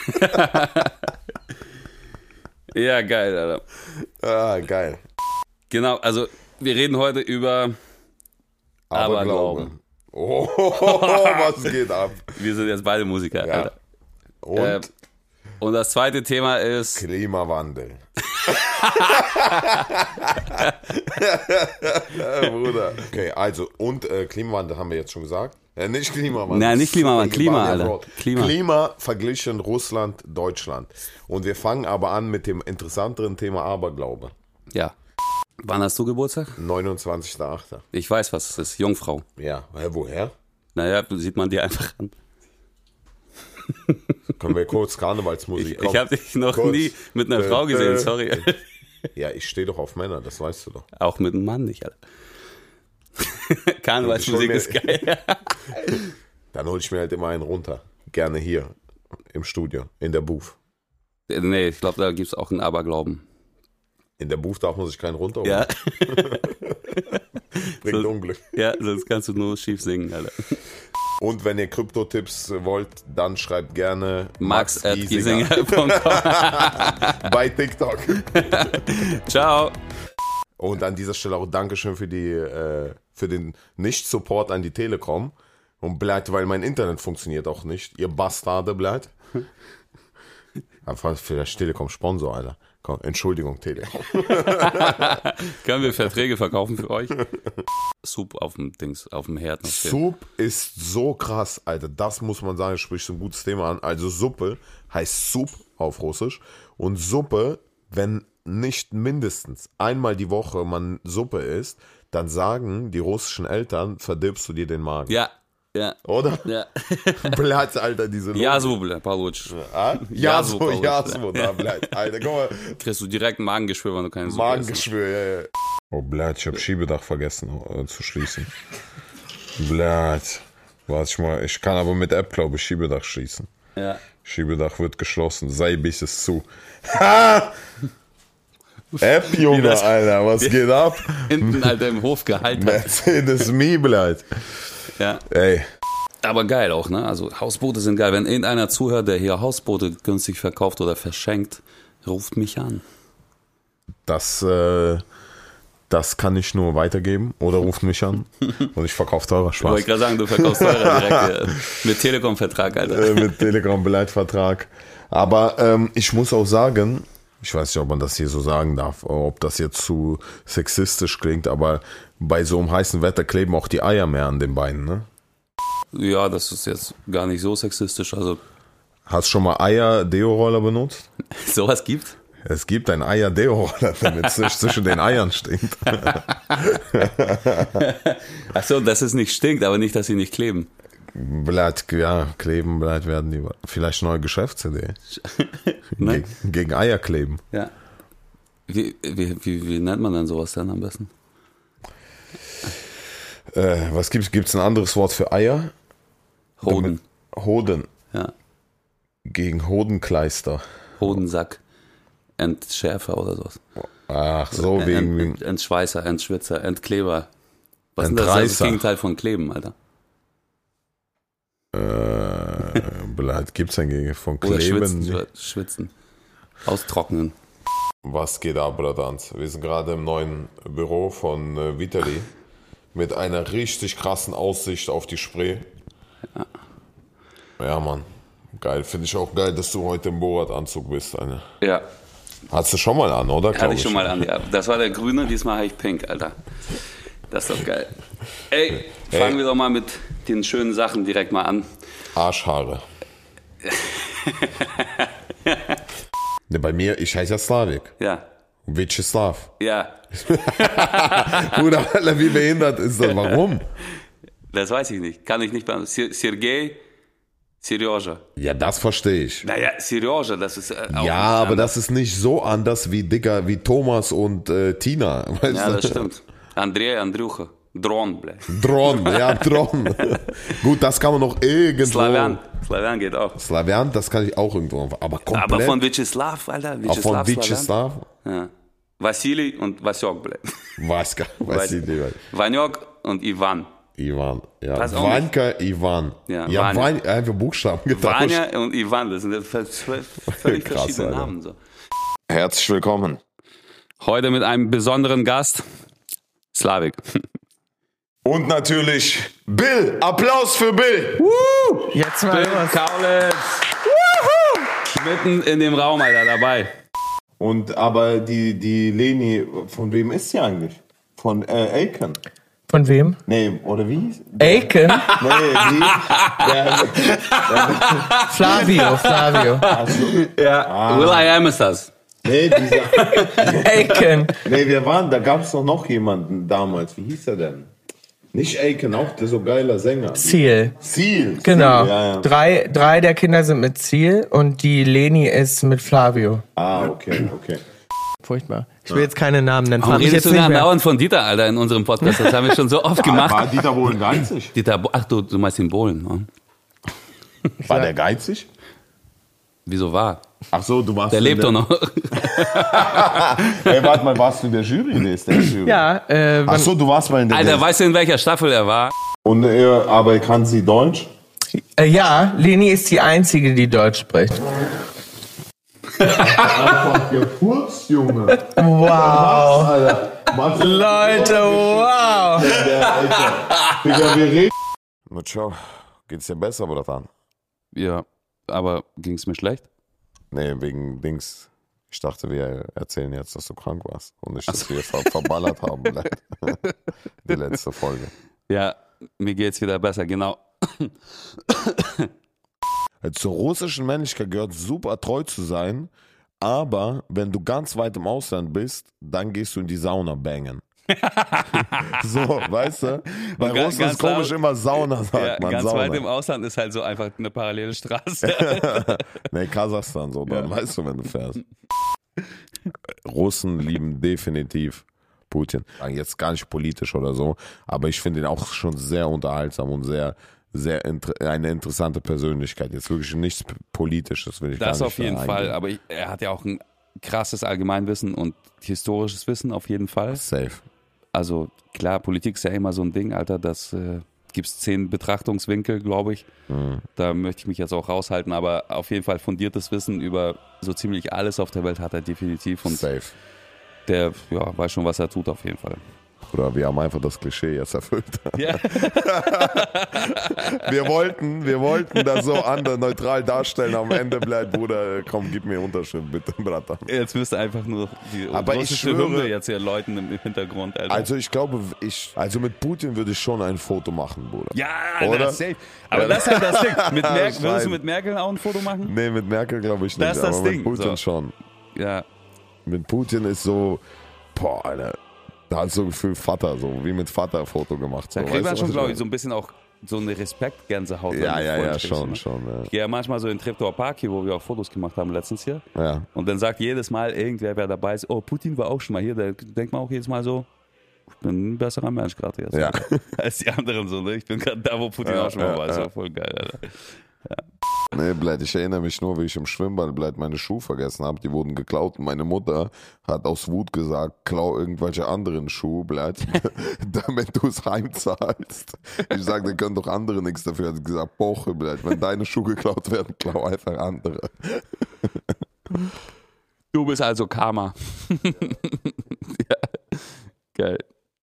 Ja, geil, Alter. Ah, geil. Genau, also wir reden heute über Aberglauben. Oh, was geht ab? Wir sind jetzt beide Musiker, Ja. Alter. Und Äh, und das zweite Thema ist Klimawandel. Bruder. Okay, also, und äh, Klimawandel haben wir jetzt schon gesagt. Äh, nicht Klimawandel. Nein, nicht Klimawandel, Sorry, Klima, war der Alter. Wort. Klima. Klima verglichen Russland, Deutschland. Und wir fangen aber an mit dem interessanteren Thema Aberglaube. ja. Wann hast du Geburtstag? neunundzwanzigster achter Ich weiß, was es ist. Jungfrau. Ja, hä, woher? Naja, sieht man dir einfach an. Können wir kurz Karnevalsmusik Ich, kommen? ich habe dich noch Kurz. nie mit einer Frau gesehen, sorry. Ja, ich stehe doch auf Männer, das weißt du doch. Auch mit einem Mann nicht, Alter. Karnevalsmusik Ich ist hol mir- geil. Dann hole ich mir halt immer einen runter. Gerne hier im Studio, in der Booth. Nee, ich glaube, da gibt es auch einen Aberglauben. In der Booth darf man sich keinen runterholen. Ja, Bringt so- Unglück. ja, sonst kannst du nur schief singen, Alter. Und wenn ihr Krypto-Tipps wollt, dann schreibt gerne Max at Giesinger giesinger punkt com. bei TikTok. Ciao. Und an dieser Stelle auch Dankeschön für die äh, für den Nicht-Support an die Telekom. Und bleibt, weil mein Internet funktioniert auch nicht. Ihr Bastarde bleibt. Einfach vielleicht Telekom-Sponsor, Alter. Komm, Entschuldigung, Telekom. Können wir Verträge verkaufen für euch? Soup auf dem Dings, auf dem Herd noch stehen. Soup ist so krass, Alter. Das muss man sagen, spricht ein gutes Thema an. Also Suppe heißt Soup auf Russisch. Und Suppe, wenn nicht mindestens einmal die Woche man Suppe isst, dann sagen die russischen Eltern, verdirbst du dir den Magen. Ja, ja. Oder? Ja. Bleibt, Alter, diese Logik. Ja, so, bля, получишь. Ah? Ja, so, ja, so, da bleibt. Alter, guck mal. Kriegst du direkt ein Magengeschwür, wenn du keine Suppe Magengeschwür, ja, ja. Oh, blядь, ich hab Schiebedach vergessen äh, zu schließen. Blядь. Warte ich mal, ich kann aber mit App, glaube ich, Schiebedach schließen. Ja. Schiebedach wird geschlossen, sei bis es zu. Ha! App, Junge, das, Alter, was geht ab? Hinten, Alter, im Hof gehalten. Mercedes Me, blядь. Ja. Ey. Aber geil auch, ne? Also Hausboote sind geil. Wenn irgendeiner zuhört, der hier Hausboote günstig verkauft oder verschenkt, ruft mich an. Das, äh, das kann ich nur weitergeben oder ruft mich an und ich verkaufe teurer. Spaß. Ich wollte gerade sagen, du verkaufst teurer direkt äh, mit Telekom-Vertrag, Alter. Äh, mit Telekom-Beleitvertrag. Aber ähm, ich muss auch sagen, ich weiß nicht, ob man das hier so sagen darf, ob das jetzt zu sexistisch klingt, aber bei so einem heißen Wetter kleben auch die Eier mehr an den Beinen, ne? Ja, das ist jetzt gar nicht so sexistisch. Also hast du schon mal Eier-Deo-Roller benutzt? Sowas gibt? Es gibt ein Eier-Deo-Roller, damit es nicht zwischen den Eiern stinkt. Achso, dass es nicht stinkt, aber nicht, dass sie nicht kleben. Blatt, ja, kleben, Blatt werden die. Vielleicht neue Geschäftsidee. Ne? Gegen, gegen Eier kleben. Ja. Wie, wie, wie, wie nennt man denn sowas dann am besten? Äh, was gibt's? Gibt's ein anderes Wort für Eier? Hoden. Damit, Hoden. Ja. Gegen Hodenkleister. Hodensack. Entschärfer oder sowas. Ach so, Ent, wegen... Ent, Entschweißer, Entschwitzer, Entkleber. Was ist das? Das ist das Gegenteil von Kleben, Alter. Äh, Blatt, gibt's ein Gegenteil von Kleben? Oder schwitzen, schwitzen. Austrocknen. Was geht ab, Bratanz? Wir sind gerade im neuen Büro von äh, Vitali mit einer richtig krassen Aussicht auf die Spree. Ja, ja Mann. Geil. Finde ich auch geil, dass du heute im Borat-Anzug bist. Eine. Ja. Hattest du schon mal an, oder? Hatte ich schon mal an, ja. Das war der grüne, diesmal habe ich pink, Alter. Das ist doch geil. Ey, fangen Ey. wir doch mal mit den schönen Sachen direkt mal an. Arschhaare. Ne, bei mir, ich heiße ja Slavik. Ja. Vyacheslav. Ja. Bruder, wie behindert ist das? Warum? Das weiß ich nicht. Kann ich nicht beantworten. Sergei, Serjoja. Ja, das verstehe ich. Naja, Serjoja, das ist äh, auch ja, aber das ist nicht so anders wie Digga, wie Thomas und äh, Tina. Weißt ja, du? Das stimmt. Andrei, Andrjucha. Dron, bleh. Dron, ja, Dron. Gut, das kann man noch irgendwo. Slavian. Slavian geht auch. Slavian, das kann ich auch irgendwo. Aber komplett. Aber von Vyacheslav, Alter. Vyacheslav, auch von Vyacheslav? Ja. Vassili und Vasjok, bleh. Vaska, Vassili. Vanjok und Ivan. Ivan, ja. Vanka, Ivan. Ja, ja Van, einfach Buchstaben getauscht. Vanya und Ivan, das sind völlig Krass, verschiedene Alter. Namen. So. Herzlich willkommen. Heute mit einem besonderen Gast, Slavik. Und natürlich Bill. Applaus für Bill. Woo! Jetzt mal Bill Kaulitz. Mitten in dem Raum, Alter, dabei. Und aber die, die Leni, von wem ist sie eigentlich? Von äh, Aiken. Von wem? Nee, oder wie? Aiken? Nee, wie? Der, der, Flavio, Flavio. Also, ja, ah. Will I Am ist das. Nee, dieser... Aiken. Nee, wir waren, da gab es doch noch jemanden damals. Wie hieß er denn? Nicht Aiken, auch der so geiler Sänger. Ziel. Ziel. Genau. Ziel, ja, ja. Drei, drei der Kinder sind mit Ziel und die Leni ist mit Flavio. Ah, okay, okay. Furchtbar. Ich will jetzt keine Namen nennen. Warum redest du da dauernd von Dieter, Alter, in unserem Podcast? Das haben wir schon so oft gemacht. War Dieter Bohlen geizig? Dieter, ach du, du meinst den Bohlen. Ne? War der geizig? Wieso war? Ach so, du warst... Der lebt doch noch. Ey, warte mal, warst du in der Jury? Nee, ist der Jury. Ja. Äh, ach so, du warst mal in der... Alter, weißt du, in welcher Staffel er war? Und er, aber kann sie Deutsch? Äh, ja, Leni ist die Einzige, die Deutsch spricht. Einfach gepurzt, Junge. Wow. Was, Alter? Was, Leute, wow. Der, Alter. Digga, wir reden... Na ciao, geht's dir besser, Bratan? Ja, aber ging's mir schlecht? Nee, wegen Dings. Ich dachte, wir erzählen jetzt, dass du krank warst und nicht, dass wir ver verballert haben. Die letzte Folge. Ja, mir geht's wieder besser, genau. Zur russischen Männlichkeit gehört super treu zu sein, Aber wenn du ganz weit im Ausland bist, dann gehst du in die Sauna bangen. So, weißt du? Bei ga- Russen ganz ist komisch laut- immer Sauna, sagt Ja, man. ganz Sauna. weit im Ausland ist halt so einfach eine parallele Straße. Nee, Kasachstan so, dann Ja. weißt du, wenn du fährst. Russen lieben definitiv Putin. Jetzt gar nicht politisch oder so, aber ich finde ihn auch schon sehr unterhaltsam und sehr, sehr inter- eine interessante Persönlichkeit. Jetzt wirklich nichts Politisches, will ich Das gar nicht auf jeden da Fall, eingehen. aber ich, er hat ja auch ein krasses Allgemeinwissen und historisches Wissen auf jeden Fall. Safe. Also klar, Politik ist ja immer so ein Ding, Alter, das äh, gibt es zehn Betrachtungswinkel, glaube ich. Mhm. Da möchte ich mich jetzt auch raushalten, aber auf jeden Fall fundiertes Wissen über so ziemlich alles auf der Welt hat er definitiv und Safe. der ja, weiß schon, was er tut auf jeden Fall. Oder wir haben einfach das Klischee jetzt erfüllt. Ja. Wir wollten, wir wollten das so andere neutral darstellen. Am Ende bleibt, Bruder, komm, gib mir Unterschrift, bitte, Bratan. Jetzt müsste einfach nur die Aber ich russische schwöre- Hymne jetzt hier läuten im Hintergrund, Alter. Also ich glaube, ich, also mit Putin würde ich schon ein Foto machen, Bruder. ja, Oder? das safe. Aber das ist halt das Ding. Mit Mer- würdest Scheiße. du mit Merkel auch ein Foto machen? Nee, mit Merkel glaube ich nicht, Das ist das aber mit Ding, Putin so. schon. Ja. Mit Putin ist so, boah, Alter, da hat so ein Gefühl Vater, so wie mit Vater Foto gemacht. So, Da kriegt man weißt du, schon, was glaube ich, meine? so ein bisschen auch so eine Respektgänsehaut. wenn Ja, du ja, vor ihm ja, stehst, schon, ne? schon. Ich gehe ja manchmal so in Treptower Park hier, wo wir auch Fotos gemacht haben letztens hier. Ja. ja. Und dann sagt jedes Mal irgendwer, wer dabei ist, oh, Putin war auch schon mal hier. Da denkt man auch jedes Mal so, ich bin ein besserer Mensch gerade jetzt. Ja. Als die anderen so, ne? Ich bin gerade da, wo Putin Ja, auch schon mal ja, war. Ist ja. ja voll geil, Alter. Nee, Blöd, ich erinnere mich nur, wie ich im Schwimmbad Blöd meine Schuhe vergessen habe. Die wurden geklaut und meine Mutter hat aus Wut gesagt, klau irgendwelche anderen Schuhe, Blöd, damit du es heimzahlst. Ich sage, da können doch andere nichts dafür. Hat sie gesagt, Boche, Blöd, wenn deine Schuhe geklaut werden, klau einfach andere. Du bist also Karma. Ja. Geil.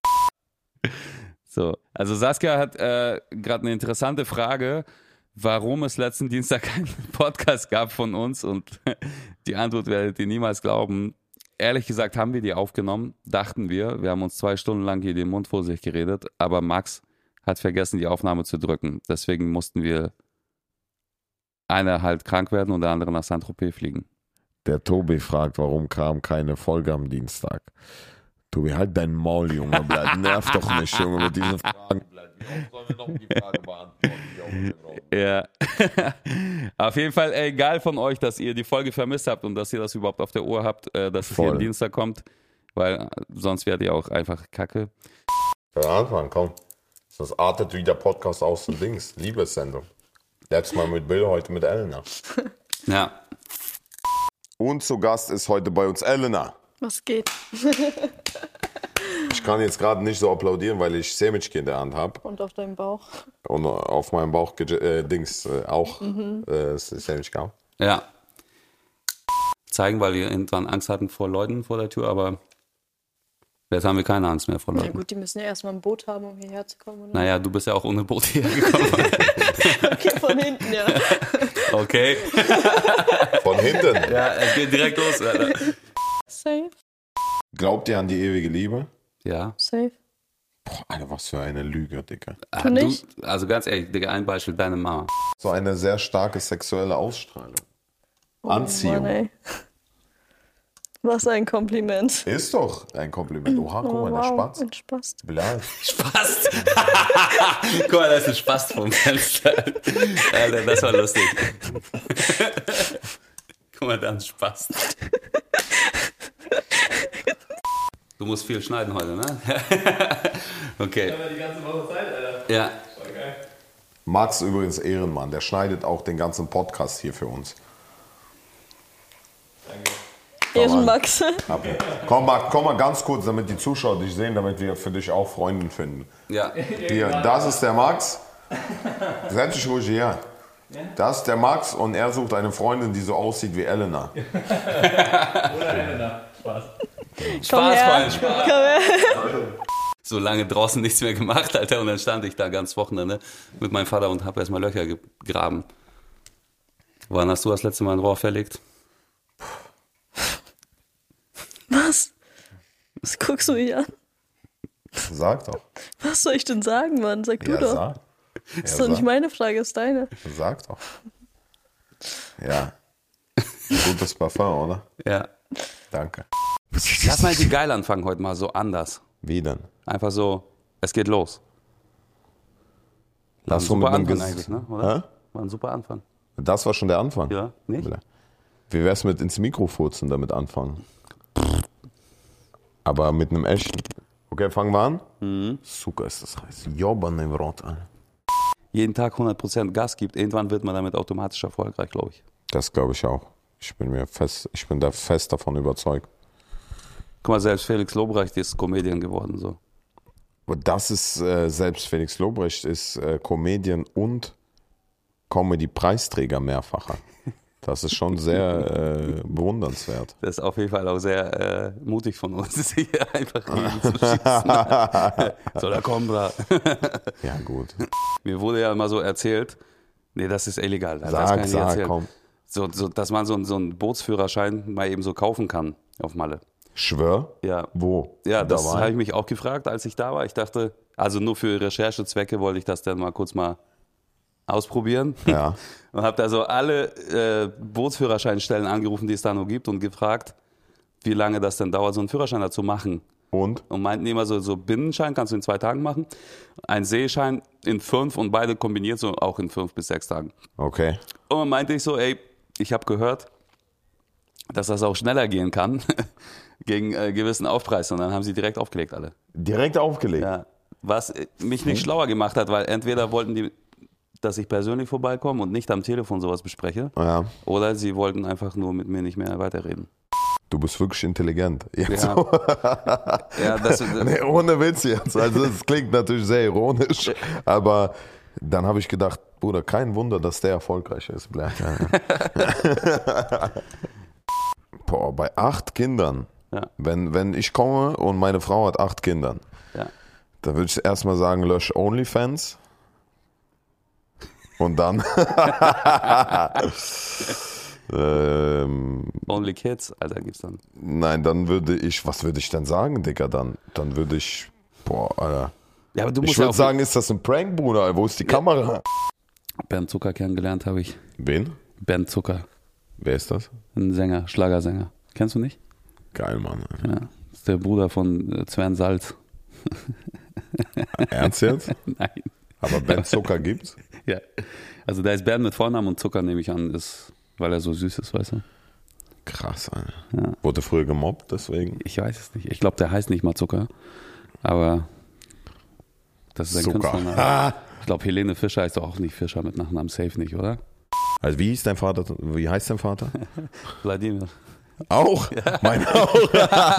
So, also Saskia hat äh, gerade eine interessante Frage, warum es letzten Dienstag keinen Podcast gab von uns und die Antwort werdet ihr niemals glauben. Ehrlich gesagt haben wir die aufgenommen, dachten wir. Wir haben uns zwei Stunden lang hier den Mund vor sich geredet, aber Max hat vergessen, die Aufnahme zu drücken. Deswegen mussten wir einer halt krank werden und der andere nach Saint-Tropez fliegen. Der Tobi fragt, warum kam keine Folge am Dienstag? Tobi, halt dein Maul, Junge, bleib. Nerv doch nicht, Junge, mit diesen Fragen. Wie oft sollen wir noch die Frage beantworten? Ja. Auf jeden Fall egal von euch, dass ihr die Folge vermisst habt und dass ihr das überhaupt auf der Uhr habt, äh, dass es hier am Voll. Dienstag kommt, weil äh, sonst werdet ihr auch einfach kacke. Ja, Anfang, komm. Das artet wie der Podcast aus den Dings. Liebessendung. Letztes Mal mit Bill, heute mit Elena. Ja. Und zu Gast ist heute bei uns Elena. Was geht? Ich kann jetzt gerade nicht so applaudieren, weil ich Semiczki in der Hand habe. Und auf deinem Bauch. Und auf meinem Bauch äh, Dings äh, auch mhm. äh, Semiczki auch. Ja. Zeigen, weil wir irgendwann Angst hatten vor Leuten vor der Tür, aber jetzt haben wir keine Angst mehr vor Na Leuten. gut, die müssen ja erstmal ein Boot haben, um hierher zu kommen. Oder? Naja, du bist ja auch ohne Boot hierher gekommen. Okay, von hinten, ja. Okay. Von hinten. Ja, es geht direkt los, Alter. Safe, Glaubt ihr an die ewige Liebe? Ja. safe. Boah, Alter, was für eine Lüge, Digga. Ah, Du nicht? Also ganz ehrlich, Digga, ein Beispiel, deine Mama. So eine sehr starke sexuelle Ausstrahlung. Oh, Anziehung. Mann, ey. Was ein Kompliment. Ist doch ein Kompliment. Oha, guck mal, Oh, der wow, Spatz. ein Spaß. Bleib. Spast. Guck mal, da ist ein Spast vom Fenster. Alter, das war lustig. Guck mal, da ein Spast. Du musst viel schneiden heute, ne? Okay. Haben wir die ganze Woche Zeit, Alter. Ja. Voll geil. Max übrigens Ehrenmann, der schneidet auch den ganzen Podcast hier für uns. Danke. Ehrenmax. Ab. Komm, mal, komm mal ganz kurz, damit die Zuschauer dich sehen, damit wir für dich auch Freundin finden. Ja. Hier, das ist der Max. Setz dich ruhig hier. Das ist der Max und er sucht eine Freundin, die so aussieht wie Elena. Oder Elena. Spaß. Komm Spaß, her. Freund, Spaß. Komm her. So lange draußen nichts mehr gemacht, Alter. Und dann stand ich da ganz Wochenende mit meinem Vater und habe erstmal Löcher gegraben. Wann hast du das letzte Mal ein Rohr verlegt? Was? Was guckst du mich an? Sag doch. Was soll ich denn sagen, Mann? Sag du Ja, doch. sag. Das ist Ja, doch nicht sag. meine Frage, ist deine. Sag doch. Ja. Gutes Parfum, oder? Ja. Danke. Lass mal die geil anfangen heute mal so anders. Wie denn? Einfach so, es geht los. War Lass ein so mit super einem Anfang Ges- eigentlich, ne? Oder? Hä? War ein super Anfang. Das war schon der Anfang. Ja, nicht? Wie wär's mit ins Mikro furzen damit anfangen? Aber mit einem echten. Okay, fangen wir an? Mhm. Suka ist das heiß. Jobban im Rot, Alter. Jeden Tag hundert Prozent Gas gibt, irgendwann wird man damit automatisch erfolgreich, glaube ich. Das glaube ich auch. Ich bin mir fest, ich bin da fest davon überzeugt. Guck mal, selbst Felix Lobrecht ist Comedian geworden, so. Aber das ist, äh, selbst Felix Lobrecht ist äh, Comedian und Comedy-Preisträger mehrfacher. Das ist schon sehr äh, bewundernswert. Das ist auf jeden Fall auch sehr äh, mutig von uns, hier einfach gegen zu schießen. So, da kommen wir. Ja, gut. Mir wurde ja immer so erzählt, nee, das ist illegal. Das Sag, kann ich nicht sag, erzählen. komm. So, so, dass man so, einen- so einen Bootsführerschein mal eben so kaufen kann auf Malle. Schwör? Ja. Wo? Ja, das Dabei? habe ich mich auch gefragt, als ich da war. Ich dachte, also nur für Recherchezwecke wollte ich das dann mal kurz mal ausprobieren. Ja. Und habe da so alle äh, Bootsführerscheinstellen angerufen, die es da noch gibt und gefragt, wie lange das denn dauert, so einen Führerschein dazu machen. Und? Und meinten immer so, so Binnenschein kannst du in zwei Tagen machen, ein Seeschein in fünf und beide kombiniert so auch in fünf bis sechs Tagen. Okay. Und dann meinte ich so, ey, ich habe gehört, dass das auch schneller gehen kann, gegen äh, gewissen Aufpreis. Und dann haben sie direkt aufgelegt alle. Direkt aufgelegt. Ja, was äh, mich nicht schlauer gemacht hat, weil entweder wollten die, dass ich persönlich vorbeikomme und nicht am Telefon sowas bespreche, Ja. oder sie wollten einfach nur mit mir nicht mehr weiterreden. Du bist wirklich intelligent. Jetzt Ja, so. ja das, das, Nee, ohne Witz jetzt. Also es klingt natürlich sehr ironisch, aber dann habe ich gedacht, Bruder, kein Wunder, dass der erfolgreich ist. Boah, bei acht Kindern, Ja. wenn, wenn ich komme und meine Frau hat acht Kinder, ja. dann würde ich erstmal sagen, lösch OnlyFans. Und dann ähm, Only Kids, Alter, gibt's dann. nein, dann würde ich, was würde ich denn sagen, Digga, dann? Dann würde ich, boah, Alter. Ja, aber du Ich musst ja würde auch sagen, ist das ein Prank, Bruder? Wo ist die Kamera? Bernd Zucker kennengelernt habe ich. Wen? Bernd Zucker, Wer ist das? ein Sänger, Schlagersänger. Kennst du nicht? Geil, Mann. Ja, das ist der Bruder von äh, Sven Salz. Ernst jetzt? Nein. Aber Ben Zucker gibt's? Ja. Also da ist Bernd mit Vornamen und Zucker, nehme ich an, ist, weil er so süß ist, weißt du? Krass, Alter. Ja. Wurde früher gemobbt, deswegen. Ich weiß es nicht. Ich glaube, der heißt nicht mal Zucker. Aber das ist ein Zucker. Künstlername. Ah. Ich glaube, Helene Fischer heißt doch auch nicht Fischer mit Nachnamen, safe nicht, oder? Also wie hieß dein Vater? Wie heißt dein Vater? Wladimir. Auch? Mein auch.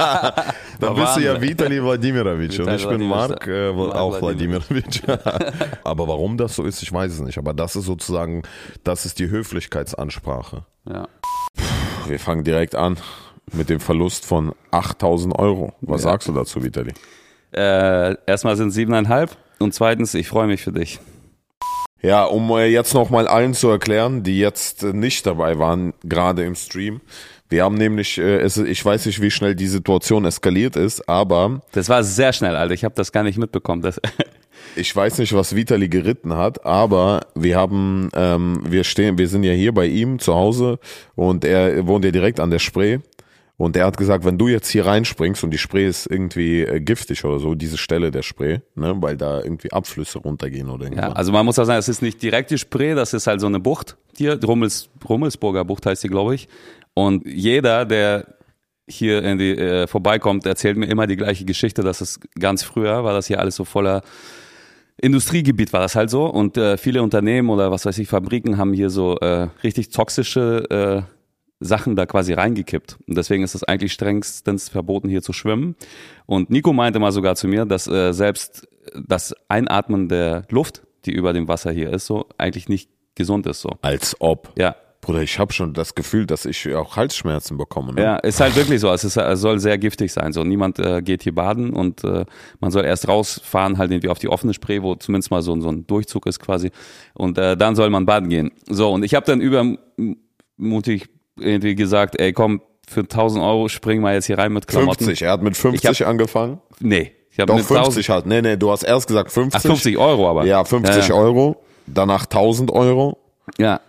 Dann bist du ja Vitali Wladimirovic und ich bin Mark, äh, Mark auch Wladimirovic. Aber warum das so ist, ich weiß es nicht. Aber das ist sozusagen, das ist die Höflichkeitsansprache. Ja. Wir fangen direkt an mit dem Verlust von achttausend Euro. Was Ja. sagst du dazu, Vitali? Äh, erstmal sind es siebeneinhalb und zweitens, ich freue mich für dich. Ja, um äh, jetzt nochmal allen zu erklären, die jetzt äh, nicht dabei waren, gerade im Stream. Wir haben nämlich, äh, es, ich weiß nicht, wie schnell die Situation eskaliert ist, aber Das war sehr schnell, Alter. Ich habe das gar nicht mitbekommen. Das ich weiß nicht, was Vitali geritten hat, aber wir haben, ähm, wir stehen, wir sind ja hier bei ihm zu Hause und er wohnt ja direkt an der Spree. Und er hat gesagt, wenn du jetzt hier reinspringst und die Spree ist irgendwie äh, giftig oder so, diese Stelle der Spree, ne, weil da irgendwie Abflüsse runtergehen oder Ja, irgendwas. also man muss auch sagen, es ist nicht direkt die Spree, das ist halt so eine Bucht hier, Rummels, Rummelsburger Bucht heißt die, glaube ich. Und jeder, der hier in die, äh, vorbeikommt, erzählt mir immer die gleiche Geschichte, dass es ganz früher war das hier alles so voller Industriegebiet war das halt so und äh, viele Unternehmen oder was weiß ich, Fabriken haben hier so äh, richtig toxische äh, Sachen da quasi reingekippt. Und deswegen ist es eigentlich strengstens verboten, hier zu schwimmen. Und Nico meinte mal sogar zu mir, dass äh, selbst das Einatmen der Luft, die über dem Wasser hier ist, so eigentlich nicht gesund ist. So. Als ob. Ja, Bruder, ich habe schon das Gefühl, dass ich auch Halsschmerzen bekomme. Ne? ja, ist halt wirklich so. Es, ist, es soll sehr giftig sein. So, niemand äh, geht hier baden und äh, man soll erst rausfahren, halt irgendwie auf die offene Spree, wo zumindest mal so, so ein Durchzug ist quasi. Und äh, dann soll man baden gehen. So, und ich habe dann übermutig irgendwie gesagt, ey komm, für tausend Euro springen wir jetzt hier rein mit Klamotten. fünfzig, er hat mit fünfzig Ich hab- angefangen. Nee, ich habe Doch, mit fünfzig halt. Nee, nee, du hast erst gesagt fünfzig. Ach, fünfzig Euro aber. Ja, fünfzig Ja, ja. Euro, danach tausend Euro. Ja,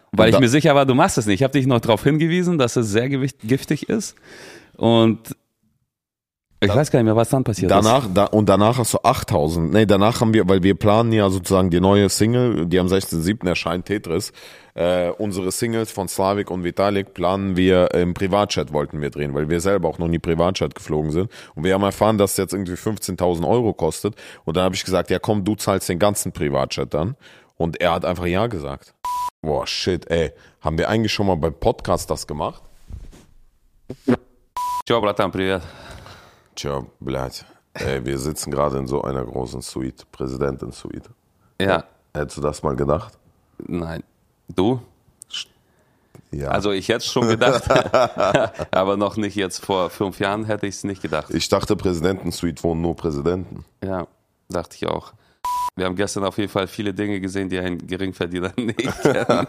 Weil Und ich da- mir sicher war, du machst es nicht. Ich habe dich noch darauf hingewiesen, dass es sehr gewicht, giftig ist. Und ich weiß gar nicht mehr, was dann passiert Danach, ist. da, und danach hast du achttausend. Nee, danach haben wir, weil wir planen ja sozusagen die neue Single, die am sechzehnten siebten erscheint, Tetris. Äh, unsere Singles von Slavik und Vitalik planen wir im Privatchat, wollten wir drehen, weil wir selber auch noch nie Privatchat geflogen sind. Und wir haben erfahren, dass es jetzt irgendwie fünfzehntausend Euro kostet. Und dann habe ich gesagt, ja komm, du zahlst den ganzen Privatchat dann. Und er hat einfach ja gesagt. Boah, shit, ey. Haben wir eigentlich schon mal beim Podcast das gemacht? Ciao, Bratan, привет. Tja, blöd. Ey, wir sitzen gerade in so einer großen Suite, Präsidentin-Suite. Ja, Hättest du das mal gedacht? nein. Du? Ja. Also ich hätte es schon gedacht, aber noch nicht jetzt. Vor fünf Jahren hätte ich es nicht gedacht. Ich dachte, Präsidentensuite wohnen nur Präsidenten. Ja, dachte ich auch. Wir haben gestern auf jeden Fall viele Dinge gesehen, die ein Geringverdiener nicht kennt.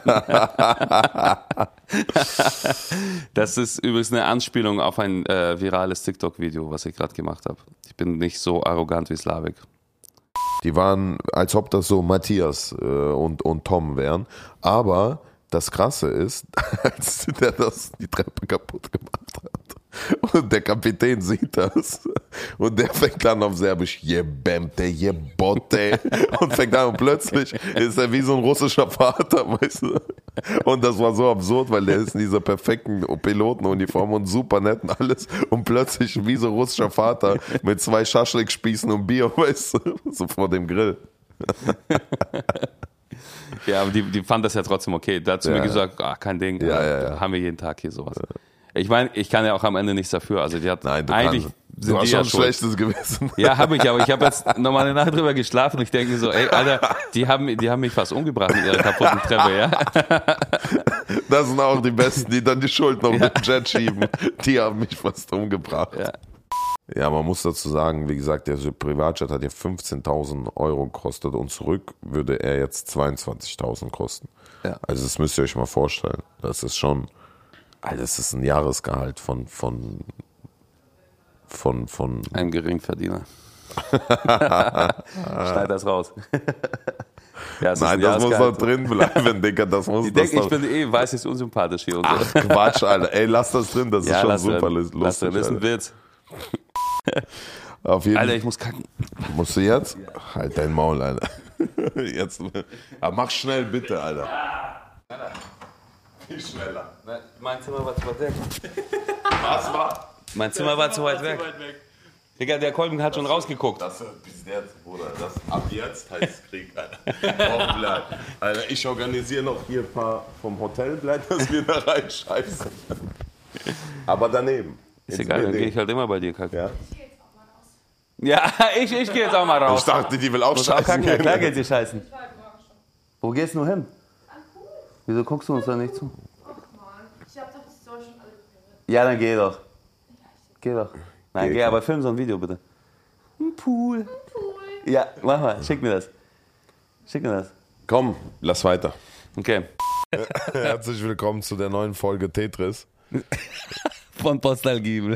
Das ist übrigens eine Anspielung auf ein äh, virales TikTok-Video, was ich gerade gemacht habe. Ich bin nicht so arrogant wie Slavik. Die waren, als ob das so Matthias äh, und, und Tom wären. Aber das Krasse ist, als der das die Treppe kaputt gemacht hat. Und der Kapitän sieht das. Und der fängt an auf Serbisch, jebemte, jebote. Und fängt an und plötzlich ist er wie so ein russischer Vater, weißt du. Und das war so absurd, weil der ist in dieser perfekten Pilotenuniform und super nett und alles. Und plötzlich wie so ein russischer Vater mit zwei Schaschlik-Spießen und Bier, weißt du, so vor dem Grill. Ja, aber die, die fand das ja trotzdem okay. Da hat sie Ja, mir ja. gesagt, ach, kein Ding, Ja, äh, ja, ja. haben wir jeden Tag hier sowas. Ich meine, ich kann ja auch am Ende nichts dafür. Also die hat Nein, du eigentlich kannst. sind Du hast die schon ja ein schuld. schlechtes Gewissen. Ja, habe ich, aber ich habe jetzt nochmal eine Nacht drüber geschlafen und ich denke mir so, ey, Alter, die haben, die haben mich fast umgebracht mit ihrer kaputten Treppe, ja? Das sind auch die Besten, die dann die Schuld noch mit dem Jet schieben. Die haben mich fast umgebracht. Ja. Ja, man muss dazu sagen, wie gesagt, der Privatjet hat ja fünfzehntausend Euro gekostet und zurück würde er jetzt zweiundzwanzigtausend kosten. Ja. Also das müsst ihr euch mal vorstellen. Das ist schon, Alter, das ist ein Jahresgehalt von, von, von, von, Ein Geringverdiener. Schneid das raus. Ja, es ist nein, ein das muss doch Jahresgehalt. drin bleiben, Digga, das muss Ich das denke, ich doch- bin eh weiß, ist unsympathisch hier. Und so. Ach, Quatsch, Alter. Ey, lass das drin, das ist ja, schon lass super drin. lustig. Lass drin, das ist ein Alter. Witz. Auf jeden Alter, Fall. ich muss kacken. Musst du jetzt? Halt dein Maul, Alter. Jetzt. Aber mach schnell, bitte, Alter. Viel schneller. Mein Zimmer war zu weit weg. Was war? Mein Zimmer war zu weit weg. Digga, der Kolben hat schon rausgeguckt. Das bis jetzt, Bruder. Das, ab jetzt heißt Krieg, Alter. Oh, bleib. Alter, ich organisiere noch hier ein paar vom Hotel, bleib, dass wir da reinscheißen. Aber daneben. Ist egal, dann gehe ich halt immer bei dir kacken. Ja? Ja, ich, ich gehe jetzt auch mal raus. Ich dachte, die will auch Muss auch scheißen. kacken, ja klar gehen. geht sie scheißen. Wo gehst du hin? Wieso guckst du uns da nicht zu? Ich hab doch die Story schon alle gehört. Ja, dann geh doch. Geh doch. Nein, Geh, geh, komm. aber film so ein Video bitte. Ein Pool. Ja, mach mal, schick mir das. Schick mir das. Komm, lass weiter. Okay. Herzlich willkommen zu der neuen Folge Tetris. Von Postalgie.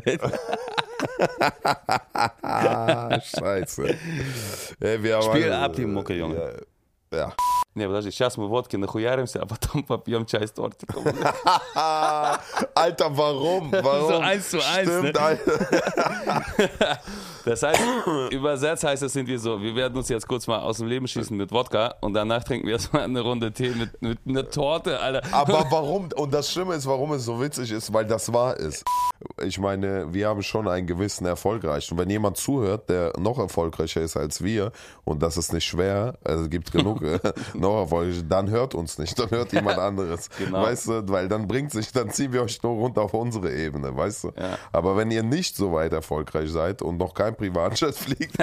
Ah, scheiße. Ey, wir haben Spiel alle- ab die Mucke, Junge. Ja. ja. Не, подожди, сейчас мы водки нахуяримся, а потом попьем чай с тортиком. Alter, warum? Warum? So eins zu eins, Stimmt, ne? Alter. Das heißt, übersetzt heißt es, sind wir so, wir werden uns jetzt kurz mal aus dem Leben schießen mit Wodka und danach trinken wir erstmal eine Runde Tee mit, mit einer Torte, Alter. Aber warum? Und das Schlimme ist, warum es so witzig ist, weil das wahr ist. Ich meine, wir haben schon einen gewissen Erfolg erreicht. Und wenn jemand zuhört, der noch erfolgreicher ist als wir, und das ist nicht schwer, also es gibt genug äh, noch erfolgreicher, dann hört uns nicht, dann hört jemand anderes. Genau. Weißt du, weil dann bringt sich, dann ziehen wir euch nur runter auf unsere Ebene, weißt du. Ja. Aber wenn ihr nicht so weit erfolgreich seid und noch kein Privatjet fliegt,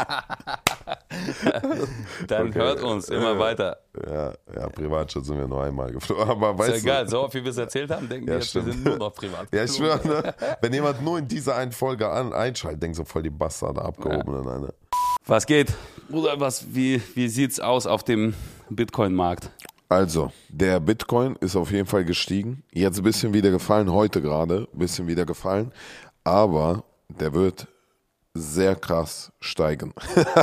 Dann Okay. hört uns immer weiter. ja, ja, Privatjet sind wir nur einmal geflogen. Aber Ist weißt ja egal, du, so oft wie wir es erzählt haben, denken Ja, wir jetzt, wir stimmt. sind nur noch privat. ja, ich schwöre, ne? Wenn jemand nur in dieser einen Folge an, einschaltet, denkt so voll die Bastarde abgehobenen. Ja. Ne? Was geht? Bruder, was, wie, wie sieht's aus auf dem Bitcoin-Markt? Also, der Bitcoin ist auf jeden Fall gestiegen. Jetzt ein bisschen wieder gefallen, heute gerade, ein bisschen wieder gefallen. Aber der wird sehr krass steigen.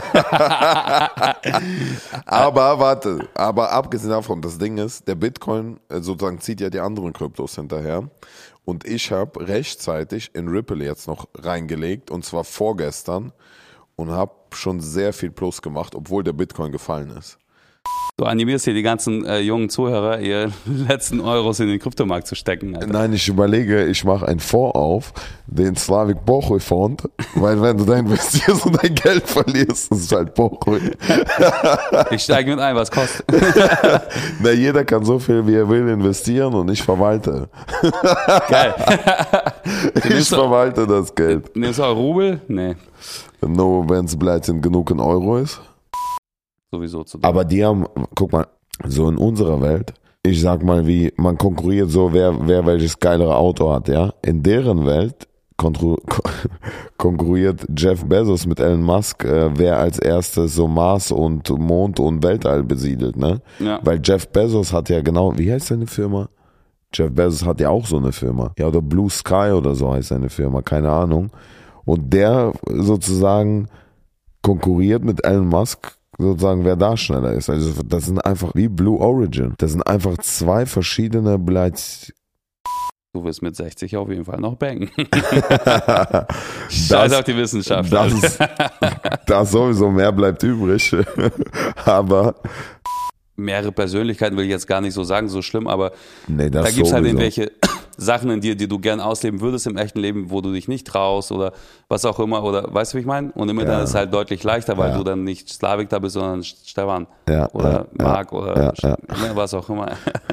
Aber warte, aber abgesehen davon, das Ding ist, der Bitcoin sozusagen zieht ja die anderen Kryptos hinterher. Und ich habe rechtzeitig in Ripple jetzt noch reingelegt, und zwar vorgestern, und habe schon sehr viel Plus gemacht, obwohl der Bitcoin gefallen ist. Du animierst hier die ganzen äh, jungen Zuhörer, ihr letzten Euros in den Kryptomarkt zu stecken. Alter. Nein, ich überlege, ich mache einen Fonds auf, den Slavik Bochoy Fond, weil wenn du da investierst und dein Geld verlierst, das ist halt Bochoy. Ich steige mit ein, was kostet. Na, jeder kann so viel, wie er will, investieren, und ich verwalte. Geil. Ich verwalte das Geld. Nimmst du auch Rubel? Nee. Nur wenn es bleibt genug in Euro ist. Sowieso zu Aber die haben, guck mal, so in unserer Welt, ich sag mal, wie man konkurriert so, wer, wer welches geilere Auto hat, ja. In deren Welt kontru- konkurriert Jeff Bezos mit Elon Musk, äh, wer als erstes so Mars und Mond und Weltall besiedelt, ne? Ja. Weil Jeff Bezos hat ja genau, wie heißt seine Firma? Jeff Bezos hat ja auch so eine Firma. Ja, oder Blue Sky oder so heißt seine Firma, keine Ahnung. Und der sozusagen konkurriert mit Elon Musk, sozusagen, wer da schneller ist. Also das sind einfach wie Blue Origin. Das sind einfach zwei verschiedene Blades. Du wirst mit sechzig auf jeden Fall noch bangen. Das, Scheiß auf die Wissenschaft. Das, ist, das sowieso, mehr bleibt übrig. Aber mehrere Persönlichkeiten will ich jetzt gar nicht so sagen, so schlimm, aber nee, das da gibt es halt sowieso. irgendwelche Sachen in dir, die du gern ausleben würdest im echten Leben, wo du dich nicht traust oder was auch immer, oder weißt du, wie ich meine? Und im Internet Ja. ist es halt deutlich leichter, weil Ja. du dann nicht Slavik da bist, sondern Stefan Ja, oder ja, Marc ja, oder ja, ja. ne, was auch immer.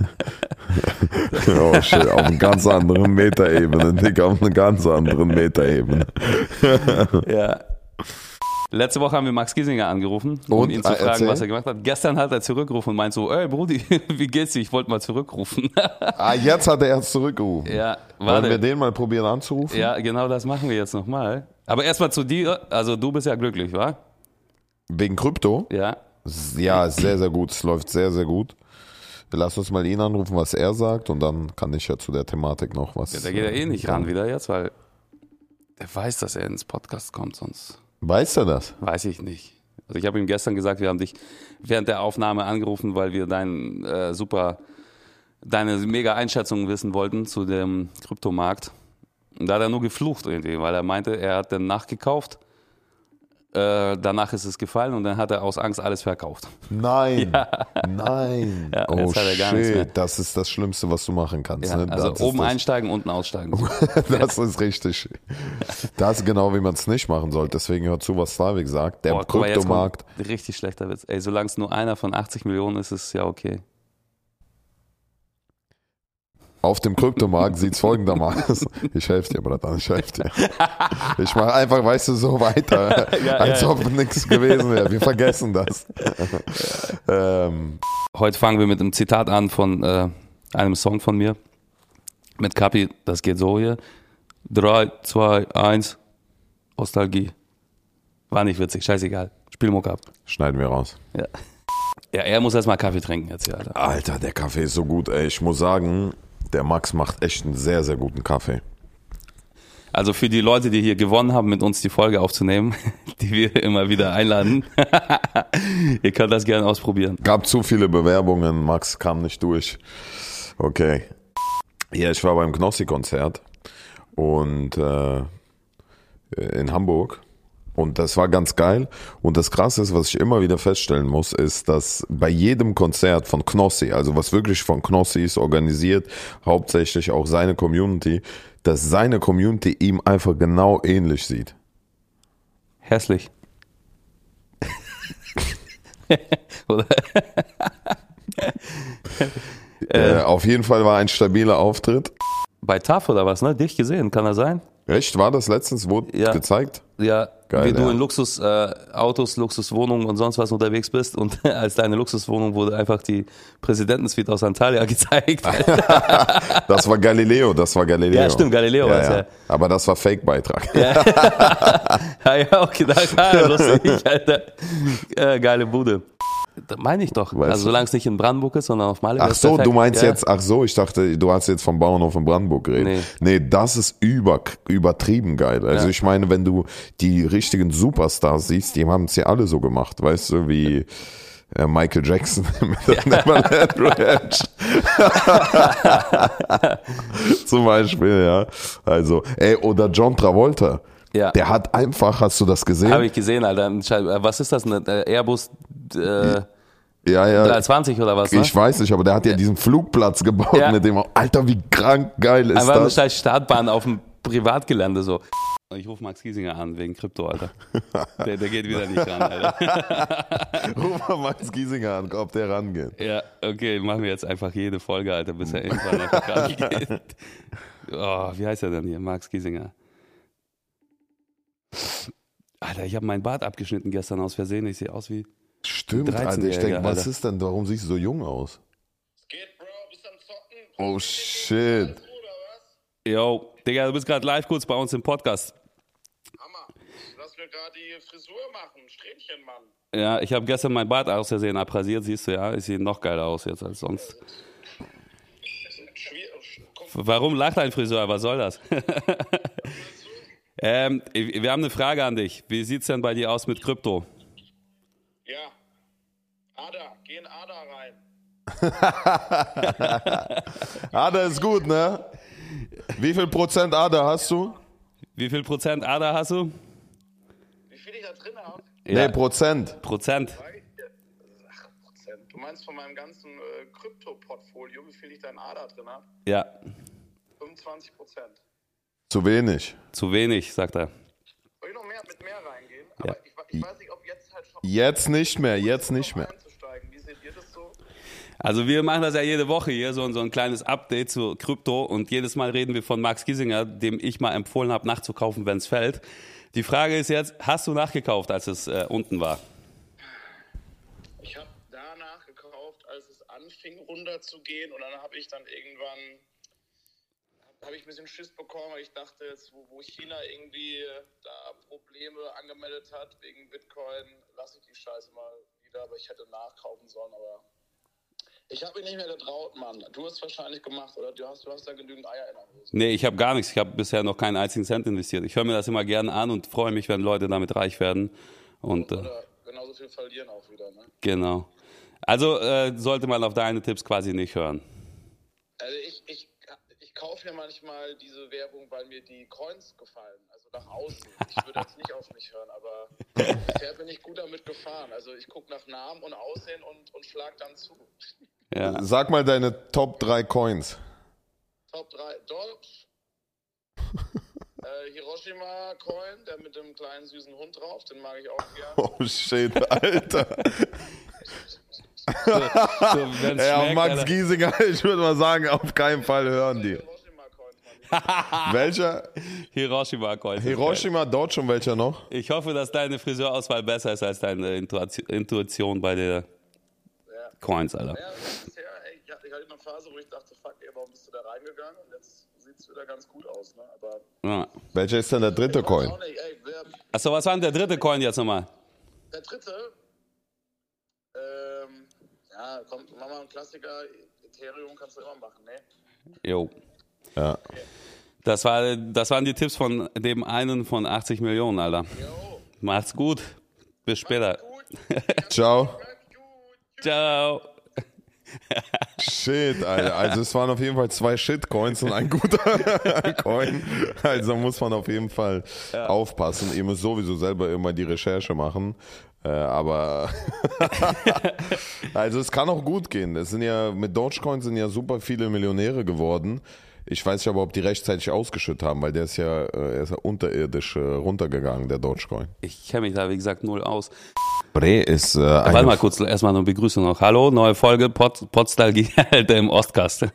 Oh shit, auf einer ganz anderen Metaebene, Digga, auf einer ganz anderen Metaebene. Ja. Letzte Woche haben wir Max Giesinger angerufen, um Und? ihn zu Ah, fragen, erzähl. was er gemacht hat. Gestern hat er zurückgerufen und meint so, ey Brudi, wie geht's dir? Ich wollte mal zurückrufen. Ah, jetzt hat er erst zurückgerufen. Ja, Wollen wir warte. den mal probieren anzurufen? Ja, genau das machen wir jetzt nochmal. Aber erstmal zu dir, also du bist ja glücklich, wa? Wegen Krypto? Ja. Ja, sehr, sehr gut. Es läuft sehr, sehr gut. Lass uns mal ihn anrufen, was er sagt, und dann kann ich ja zu der Thematik noch was. Ja, da geht er eh nicht ran wieder jetzt, weil der weiß, dass er ins Podcast kommt, sonst Weiß er das? weiß ich nicht. Also ich habe ihm gestern gesagt, wir haben dich während der Aufnahme angerufen, weil wir dein äh, super, deine mega Einschätzung wissen wollten zu dem Kryptomarkt. Und da hat er nur geflucht irgendwie, weil er meinte, er hat dann nachgekauft, äh, danach ist es gefallen und dann hat er aus Angst alles verkauft. Nein, nein. Ja, oh jetzt hat er gar nichts mehr. shit, das ist das Schlimmste, was du machen kannst. Ja, ne? also das oben ist einsteigen, unten aussteigen. das, das ist richtig. Das ist genau, wie man es nicht machen soll. Deswegen hört zu, was Slavik sagt. Der Boah, guck mal, jetzt Kryptomarkt. kommt richtig schlechter Witz. Ey, solange es nur einer von achtzig Millionen ist, ist es ja okay. Auf dem Kryptomarkt sieht es folgendermaßen. Ich helfe dir, Bruder, ich helfe dir. Ich mache einfach, weißt du, so weiter, Ja, als ja. ob nichts gewesen wäre. Wir vergessen das. ähm, Heute fangen wir mit einem Zitat an von äh, einem Song von mir. Mit Kapi, das geht so hier. drei, zwei, eins, Nostalgie. War nicht witzig, scheißegal. Spielmuck ab. schneiden wir raus. Ja. Ja, er muss erstmal Kaffee trinken jetzt hier, Alter. Alter, der Kaffee ist so gut, ey. Ich muss sagen, der Max macht echt einen sehr, sehr guten Kaffee. Also für die Leute, die hier gewonnen haben, mit uns die Folge aufzunehmen, die wir immer wieder einladen, ihr könnt das gerne ausprobieren. Gab zu viele Bewerbungen, Max kam nicht durch. Okay. Ja, ich war beim Knossi-Konzert und äh, in Hamburg. Und das war ganz geil. Und das Krasse ist, was ich immer wieder feststellen muss, ist, dass bei jedem Konzert von Knossi, also was wirklich von Knossi ist, organisiert, hauptsächlich auch seine Community, dass seine Community ihm einfach genau ähnlich sieht. Hässlich. Oder? Äh, auf jeden Fall war ein stabiler Auftritt. Bei T A F oder was, ne? Dich gesehen, kann das sein? Echt? War das letztens? Wurde Ja. gezeigt? Ja, Geil, wie du ja. in Luxusautos, äh, Autos, Luxuswohnungen und sonst was unterwegs bist und als deine Luxuswohnung wurde einfach die Präsidentensuite aus Antalya gezeigt. Das war Galileo, das war Galileo. Ja, stimmt, Galileo ja, war's, ja. ja. Aber das war Fake-Beitrag. Ja, ja, auch gedacht, ah, lustig, Alter. Äh, geile Bude. Das meine ich doch. Weißt also du? solange es nicht in Brandenburg ist, sondern auf Malle. Ach wär's so, perfekt. du meinst ja. jetzt, ach so, ich dachte, du hast jetzt vom Bauernhof in Brandenburg geredet. Nee, nee das ist über, übertrieben geil. Also Ja. ich meine, wenn du die richtigen Superstars siehst, die haben es ja alle so gemacht, weißt du, wie äh, Michael Jackson mit der Neverland Ranch. Zum Beispiel, ja. Also, ey, oder John Travolta. Ja. Der hat einfach, hast du das gesehen? Habe ich gesehen, Alter. Was ist das? Ein Airbus äh, ja, ja. dreihundertzwanzig oder was? Ne? Ich weiß nicht, aber der hat ja diesen Flugplatz gebaut Ja. mit dem. Alter, wie krank geil ist Einfach eine das? scheiß Startbahn auf dem Privatgelände so. Ich rufe Max Giesinger an wegen Krypto, Alter. Der, der geht wieder nicht ran, Alter. Ruf mal Max Giesinger an, ob der rangeht. Ja, okay, machen wir jetzt einfach jede Folge, Alter, bis er irgendwann einfach rangeht. Oh, wie heißt er denn hier? Max Giesinger. Alter, ich habe meinen Bart abgeschnitten gestern aus Versehen. Ich sehe aus wie... Stimmt, Alter. Ich denke, dreizehnjähriger, was Alter. ist denn, warum siehst du so jung aus? Geht, Bro, bist am Zocken? Oh, shit. Oder was? Yo, Digga, du bist gerade live kurz bei uns im Podcast. Hammer. Lass mir gerade die Frisur machen. Strähnchen, Mann. Ja, ich habe gestern mein Bart aus Versehen abrasiert, siehst du ja. Ich sehe noch geiler aus jetzt als sonst. Schwierig. Guck, Warum lacht ein Friseur? Was soll das? ähm, wir haben eine Frage an dich. Wie sieht's denn bei dir aus mit Krypto? ja. Ada, geh in Ada rein. Ada ist gut, ne? Wie viel Prozent Ada hast du? Wie viel Prozent A D A hast du? Wie viel ich da drin habe? Nee, Prozent. Prozent. Ach, Prozent. Du meinst von meinem ganzen äh, Krypto-Portfolio, wie viel ich da in Ada drin habe? Ja, fünfundzwanzig Prozent. Zu wenig. zu wenig, sagt er. Soll ich noch mehr mit mehr reingehen? Aber Ja. ich, ich weiß nicht, ob jetzt halt schon Jetzt nicht mehr, jetzt nicht mehr. einzusteigen. Wie seht ihr das so? Also wir machen das ja jede Woche hier, so, so ein kleines Update zu Krypto und jedes Mal reden wir von Max Giesinger, dem ich mal empfohlen habe, nachzukaufen, wenn es fällt. Die Frage ist jetzt, hast du nachgekauft, als es äh, unten war? Ich habe da nachgekauft, als es anfing runterzugehen und dann habe ich dann irgendwann habe ich ein bisschen Schiss bekommen, weil ich dachte, jetzt, wo, wo China irgendwie äh, da Probleme angemeldet hat wegen Bitcoin, lasse ich die Scheiße mal wieder, aber ich hätte nachkaufen sollen, aber ich habe mich nicht mehr getraut, Mann. Du hast es wahrscheinlich gemacht, oder? Du hast, du hast da genügend Eier in der Hose. Nee, ich habe gar nichts. Ich habe bisher noch keinen einzigen Cent investiert. Ich höre mir das immer gerne an und freue mich, wenn Leute damit reich werden. Und äh, Oder genauso viel verlieren auch wieder, ne? genau. Also äh, sollte man auf deine Tipps quasi nicht hören. Also ich, ich, ich kaufe mir manchmal diese Werbung, weil mir die Coins gefallen, also nach außen. Ich würde jetzt nicht auf mich hören, aber bisher bin ich gut damit gefahren. Also ich gucke nach Namen und Aussehen und, und schlag dann zu. Ja. Sag mal deine Top drei Coins. Top drei, Dodge, äh, Hiroshima Coin, der mit dem kleinen süßen Hund drauf, den mag ich auch gerne. Oh shit, Alter. So, wenn's Ja, schmeckt, Max Alter. Giesinger, ich würde mal sagen, auf keinen Fall hören die. Hiroshima Coins, Mann. Welcher? Hiroshima Coins. Hiroshima, Dodge und welcher noch? Ich hoffe, dass deine Friseurauswahl besser ist als deine Intuation- Intuition bei der Ja. Coins, Alter. Ja, bisher, ey, ich hatte eine Phase, wo ich dachte, fuck, ey, warum bist du da reingegangen? Und jetzt sieht es wieder ganz gut aus, ne? Aber Ja. Welcher ist denn der dritte ich weiß Coin? auch nicht, ey, wer, Achso, was war denn der dritte Coin jetzt nochmal? der dritte, ähm, ja, komm, mach mal einen Klassiker, Ethereum kannst du immer machen, ne? Jo. Ja. Das, war, das waren die Tipps von dem einen von achtzig Millionen, Alter. Jo, Macht's gut. Bis später. gut, Ciao. ganz gut. Ciao. Shit, Alter. Also es waren auf jeden Fall zwei Shitcoins und ein guter Coin. Also muss man auf jeden Fall aufpassen. Ihr müsst sowieso selber immer die Recherche machen. Äh, aber also es kann auch gut gehen. Es sind ja mit Dogecoin sind ja super viele Millionäre geworden. Ich weiß nicht aber, ob die rechtzeitig ausgeschüttet haben, weil der ist ja, äh, er ist ja unterirdisch äh, runtergegangen, der Dogecoin. Ich kenne mich da, wie gesagt, null aus. Bre ist äh, Warte eine mal kurz, erstmal eine Begrüßung noch. Hallo, neue Folge Pod, Podstalgie im Ostkast.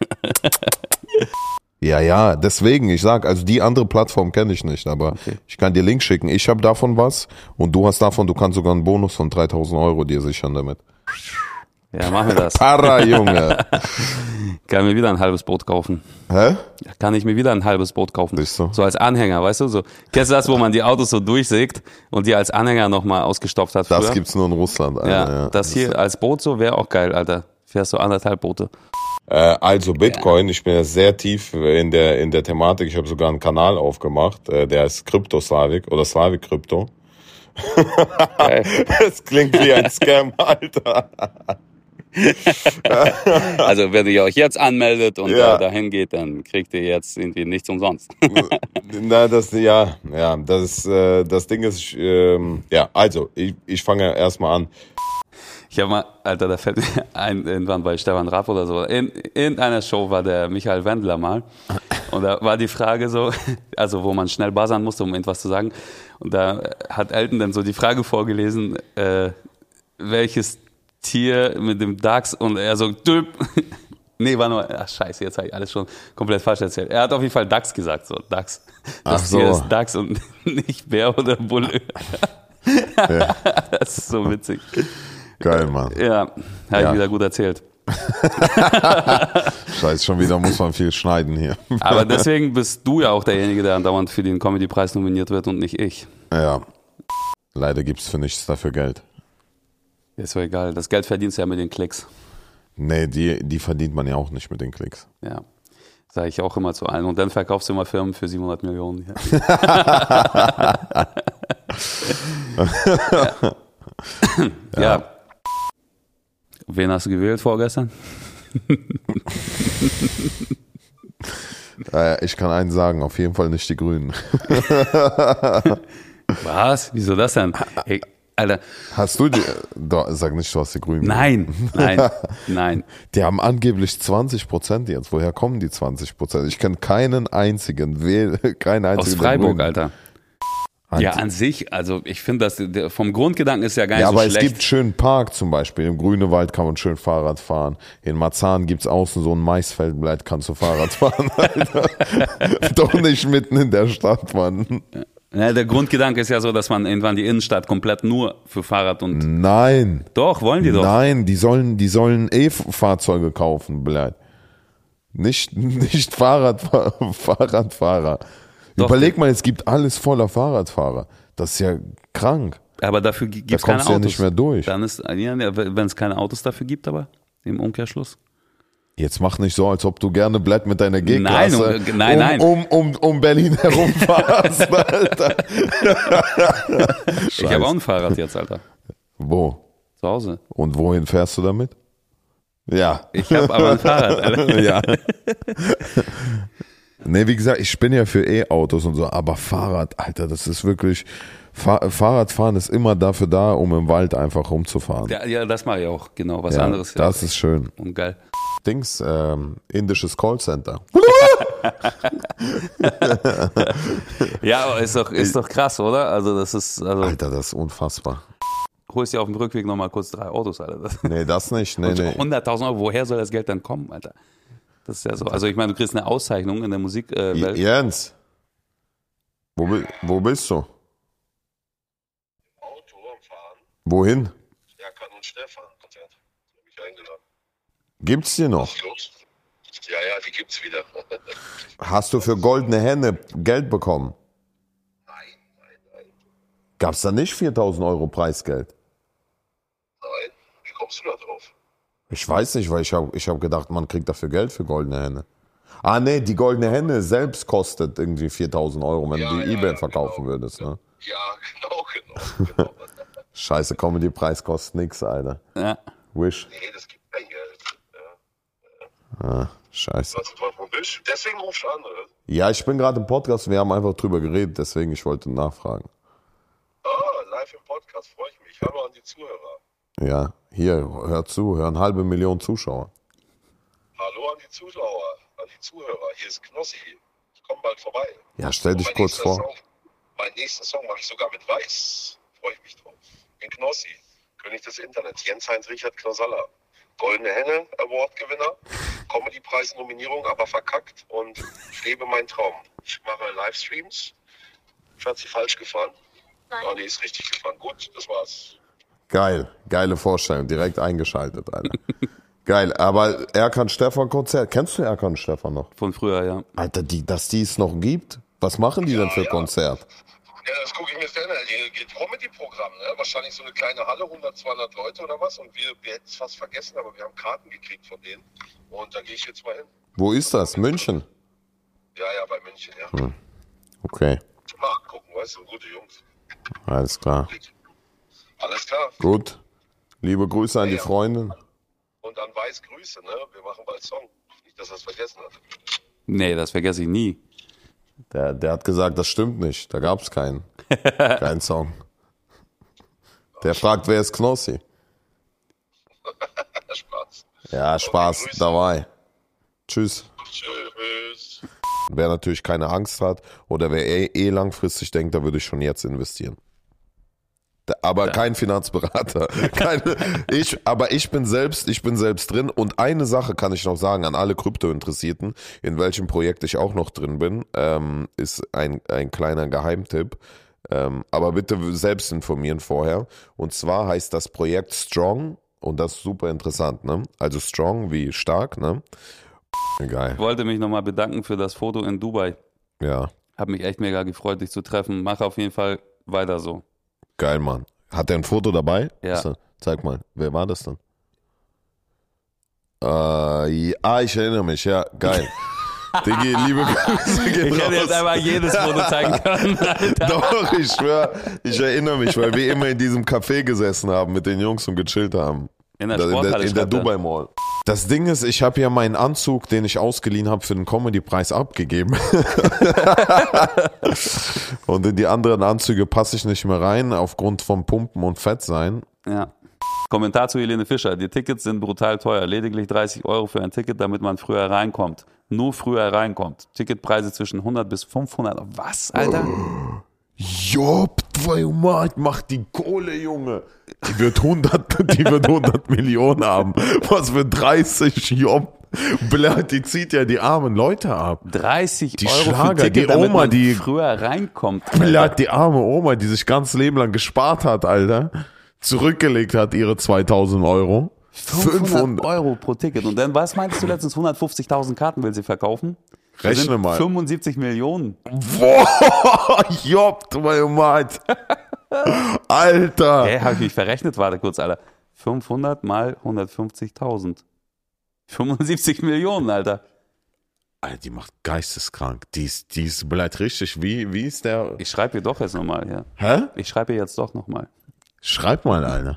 Ja, ja, deswegen, ich sag, also die andere Plattform kenne ich nicht, aber ich kann dir Link schicken. Ich habe davon was und du hast davon, du kannst sogar einen Bonus von dreitausend Euro dir sichern damit. Ja, machen wir das. Para, Junge. Kann ich mir wieder ein halbes Boot kaufen. Hä? Kann ich mir wieder ein halbes Boot kaufen. Nicht so. So als Anhänger, weißt du? So. Kennst du das, wo man die Autos so durchsägt und die als Anhänger nochmal ausgestopft hat früher? Das gibt's nur in Russland, Alter. Ja, Ja, das hier als Boot so wäre auch geil, Alter. Fährst du anderthalb Boote. Äh, also Bitcoin, ich bin ja sehr tief in der in der Thematik. Ich habe sogar einen Kanal aufgemacht, äh, der heißt Krypto Slavik oder Slavik Krypto. Das klingt wie ein Scam, Alter. Also wenn ihr euch jetzt anmeldet und Ja. äh, dahin geht, dann kriegt ihr jetzt irgendwie nichts umsonst. Na, das ja, ja, das äh, das Ding ist, ich, ähm, ja, also ich ich fange erstmal an. Ich habe mal, Alter, da fällt mir ein, irgendwann bei Stefan Raff oder so, in irgendeiner Show war der Michael Wendler mal und da war die Frage so, also wo man schnell buzzern musste, um irgendwas zu sagen, und da hat Elton dann so die Frage vorgelesen, äh, welches Tier mit dem Dachs, und er so, Typ, nee, war nur, ach scheiße, jetzt habe ich alles schon komplett falsch erzählt. Er hat auf jeden Fall Dachs gesagt, so, Dachs. Das Ach so. Tier ist Dachs und nicht Bär oder Bulle. Ja. Das ist so witzig. Geil, Mann. Ja, habe Ja. ich wieder gut erzählt. Scheiße, schon wieder muss man viel schneiden hier. Aber deswegen bist du ja auch derjenige, der andauernd für den Comedy-Preis nominiert wird und nicht ich. Ja. Leider gibt's für nichts dafür Geld. Ist doch egal, das Geld verdienst du ja mit den Klicks. Nee, die, die verdient man ja auch nicht mit den Klicks. Ja, sage ich auch immer zu allen. Und dann verkaufst du immer Firmen für siebenhundert Millionen. Ja. Ja. Ja. Wen hast du gewählt vorgestern? Äh, ich kann einen sagen, auf jeden Fall nicht die Grünen. Was? Wieso das denn? Hey, Alter. Hast du die, doch, sag nicht, du hast die Grünen. Nein, nein, nein. Die haben angeblich zwanzig Prozent jetzt. Woher kommen die zwanzig Prozent? Ich kenne keinen einzigen, wähl, keinen einzigen. Aus Freiburg, der Grünen. Alter. Halt. Ja, an sich, also ich finde, dass der, vom Grundgedanken ist ja gar nicht Ja, so aber schlecht. es gibt schönen Park zum Beispiel. Im Grünewald kann man schön Fahrrad fahren. In Marzahn gibt's außen so ein Maisfeld, vielleicht kannst du Fahrrad fahren, Alter. Doch nicht mitten in der Stadt, Mann. Ja, der Grundgedanke ist ja so, dass man irgendwann die Innenstadt komplett nur für Fahrrad und... Nein. Doch, wollen die doch. Nein, die sollen, die sollen E-Fahrzeuge kaufen, vielleicht. Nicht, nicht Fahrrad, Fahrradfahrer. Doch. Überleg mal, es gibt alles voller Fahrradfahrer. Das ist ja krank. Aber dafür gibt es Da keine kommst du Autos. ja nicht mehr durch. Dann ist, ja, wenn es keine Autos dafür gibt, aber im Umkehrschluss. Jetzt mach nicht so, als ob du gerne Blatt mit deiner Nein, G-Klasse um- nein, nein. um, um, um, um Berlin herumfahrst, Alter. Ich habe auch ein Fahrrad jetzt, Alter. Wo? Zu Hause. Und wohin fährst du damit? Ja. Ich habe aber ein Fahrrad, Alter. Ja. Nee, wie gesagt, ich bin ja für E-Autos und so, aber Fahrrad, Alter, das ist wirklich, Fahr- Fahrradfahren ist immer dafür da, um im Wald einfach rumzufahren. Ja, ja, das mache ich auch. Genau, was Ja, anderes. das ist schön. Und geil. Dings, ähm, indisches Callcenter. Ja, aber ist doch, ist doch krass, oder? Also das ist, also Alter, das ist unfassbar. holst dir auf dem Rückweg nochmal kurz drei Autos, Alter. Das, Nee, das nicht, nee, nee. hunderttausend Euro, woher soll das Geld dann kommen, Alter? Das ist ja so. Also ich meine, du kriegst eine Auszeichnung in der Musikwelt. Äh, Welt. Jens, wo, bi- wo bist du? Auto am Fahren. Wohin? Erkan und Stefan Konzert. Hab mich eingeladen. Gibt's die noch? Was ist los? Ja, ja, die gibt's wieder. Hast du für goldene Henne Geld bekommen? Nein, nein, nein, Gab's da nicht viertausend Euro Preisgeld? nein. Wie kommst du da drauf? Ich weiß nicht, weil ich habe ich hab gedacht, man kriegt dafür Geld für goldene Henne. Ah nee, die goldene Henne selbst kostet irgendwie viertausend Euro, wenn Ja, du die ja, eBay ja, verkaufen genau. würdest. Ne? Ja, genau, genau, genau. Scheiße, Comedy-Preis kostet nix, Alter. Ja. Wish. Nee, das gibt kein Geld. Ja. Ah, scheiße. Was du drauf bist. Deswegen rufst du an, oder? Ja, ich bin gerade im Podcast, wir haben einfach drüber geredet, deswegen ich wollte nachfragen. Ah, live im Podcast, freue ich mich. Hallo an die Zuhörer. Ja, hier, hör zu, hören halbe Million Zuschauer. Hallo an die Zuschauer, an die Zuhörer. Hier ist Knossi. Ich komme bald vorbei. Ja, stell dich Mein kurz nächster vor. Song, meinen nächsten Song mache ich sogar mit Weiß. Freue ich mich drauf. Bin Knossi, König des Internets. Jens-Heinz Richard Knossalla. Goldene Henne Award-Gewinner. Comedy-Preis-Nominierung, aber verkackt. Und ich lebe meinen Traum. Ich mache Livestreams. Ich hat sie falsch gefahren. Nein. Ah, nee, ist richtig gefahren. Gut, das war's. Geil, geile Vorstellung, direkt eingeschaltet, Alter. Geil, aber Erkan Stefan Konzert, kennst du Erkan Stefan noch? Von früher, ja. Alter, die, dass die es noch gibt? Was machen die Ja, denn für ja. Konzert? Ja, das gucke ich mir fern an. Ihr Comedy-Programm, ne? Wahrscheinlich so eine kleine Halle, hundert, zweihundert Leute oder was. Und wir, wir hätten es fast vergessen, aber wir haben Karten gekriegt von denen. Und da gehe ich jetzt mal hin. Wo ist das? München? Ja, ja, bei München, ja. Hm. Okay, Mal gucken, weißt du, gute Jungs. alles klar. Alles klar. Gut. Liebe Grüße an die Ja. Freundin. Und an Weiß Grüße, ne? Wir machen bald Song. Nicht, dass er es vergessen hat. Nee, das vergesse ich nie. Der, der hat gesagt, das stimmt nicht. Da gab's keinen. Keinen Song. Der fragt, wer ist Knossi? Spaß. Ja, Spaß Grüße. dabei. Tschüss. Tschüss. Wer natürlich keine Angst hat oder wer eh, eh langfristig denkt, da würde ich schon jetzt investieren. Da, aber ja. Kein Finanzberater. Keine, ich, aber ich bin selbst, ich bin selbst drin. Und eine Sache kann ich noch sagen an alle Krypto-Interessierten, in welchem Projekt ich auch noch drin bin, ähm, ist ein, ein kleiner Geheimtipp. Ähm, aber bitte selbst informieren vorher. Und zwar heißt das Projekt Strong und das ist super interessant, ne? Also Strong wie stark, ne? Geil. Ich wollte mich nochmal bedanken für das Foto in Dubai. Ja. Hab mich echt mega gefreut, dich zu treffen. Mach auf jeden Fall weiter so. Geil, Mann. Hat er ein Foto dabei? Ja. Das, zeig mal. Wer war das denn? Äh, ja, ah, ich erinnere mich. Ja, geil. Digi, liebe Grüße gehen Ich hätte raus. jetzt einfach jedes Foto zeigen können, Alter. Doch, ich schwör, ich erinnere mich, weil wir immer in diesem Café gesessen haben mit den Jungs und gechillt haben. In der Da- in der, Sporthalle in der schreibt er. Dubai Mall. Das Ding ist, ich habe ja meinen Anzug, den ich ausgeliehen habe, für den Comedy-Preis abgegeben. Und in die anderen Anzüge passe ich nicht mehr rein, aufgrund vom Pumpen und Fettsein. Ja. Kommentar zu Helene Fischer. Die Tickets sind brutal teuer. Lediglich dreißig Euro für ein Ticket, damit man früher reinkommt. Nur früher reinkommt. Ticketpreise zwischen hundert bis fünfhundert. Was, Alter? Jopp, zwei Mark, mach die Kohle, Junge. Die wird hundert, die wird hundert Millionen haben. Was für dreißig, Jopp. Blatt, die zieht ja die armen Leute ab. dreißig Die Euro für ein Schlager, Ticket, die damit Oma, man die- früher reinkommt. Blatt, die arme Oma, die sich ganz Leben lang gespart hat, Alter. Zurückgelegt hat ihre zweitausend Euro. fünfhundert Euro pro Ticket. Und dann, was meintest du letztens? hundertfünfzigtausend Karten will sie verkaufen? Das Rechne sind mal. fünfundsiebzig Millionen. Boah, Jopp, zwei Mark. Alter. Hä, habe ich mich verrechnet? Warte kurz, Alter. fünfhundert mal hundertfünfzigtausend. fünfundsiebzig Millionen, Alter. Alter, die macht geisteskrank. Die ist, die ist bleibt richtig. Wie, wie ist der? Ich schreibe ihr doch jetzt nochmal, ja. Hä? Ich schreibe ihr jetzt doch nochmal. Schreib mal, Alter.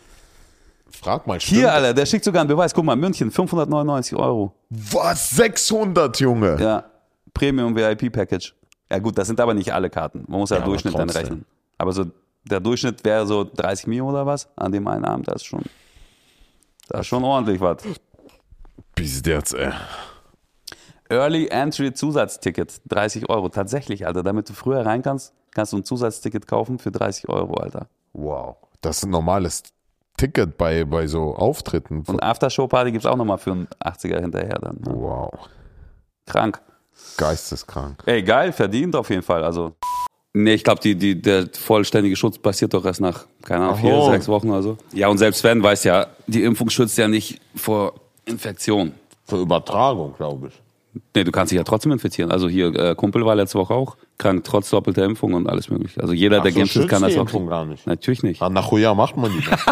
Frag mal, stimmt Hier, Alter, der schickt sogar einen Beweis. Guck mal, München, fünfhundertneunundneunzig Euro. Was? sechshundert, Junge? Ja, Premium V I P-Package. Ja gut, das sind aber nicht alle Karten. Man muss ja, Ja, aber Durchschnitt dann trotzdem. rechnen. Aber so der Durchschnitt wäre so dreißig Millionen oder was an dem einen Abend. Das ist schon, das ist schon ordentlich was. Bis jetzt, ey. Early Entry Zusatzticket, dreißig Euro. Tatsächlich, Alter, damit du früher rein kannst, kannst du ein Zusatzticket kaufen für dreißig Euro, Alter. Wow. Das ist ein normales Ticket bei, bei so Auftritten. Und Aftershow-Party gibt es auch nochmal für einen achtziger hinterher dann. Ne? Wow. Krank. Geisteskrank. Ey, geil, verdient auf jeden Fall. Also, nee, ich glaube, die, die, der vollständige Schutz passiert doch erst nach, keine Ahnung, vier, Aha. sechs Wochen oder so. Ja, und selbst wenn, weißt ja, die Impfung schützt ja nicht vor Infektion. Für Übertragung, glaube ich. Nee, du kannst dich ja trotzdem infizieren. Also hier, äh, Kumpel war letzte Woche auch krank, trotz doppelter Impfung und alles mögliche. Also jeder, Ach der so, geimpft ist, kann schützt das die auch. Impfung gar nicht. Natürlich nicht. Ah, nach Jahr macht man die dann.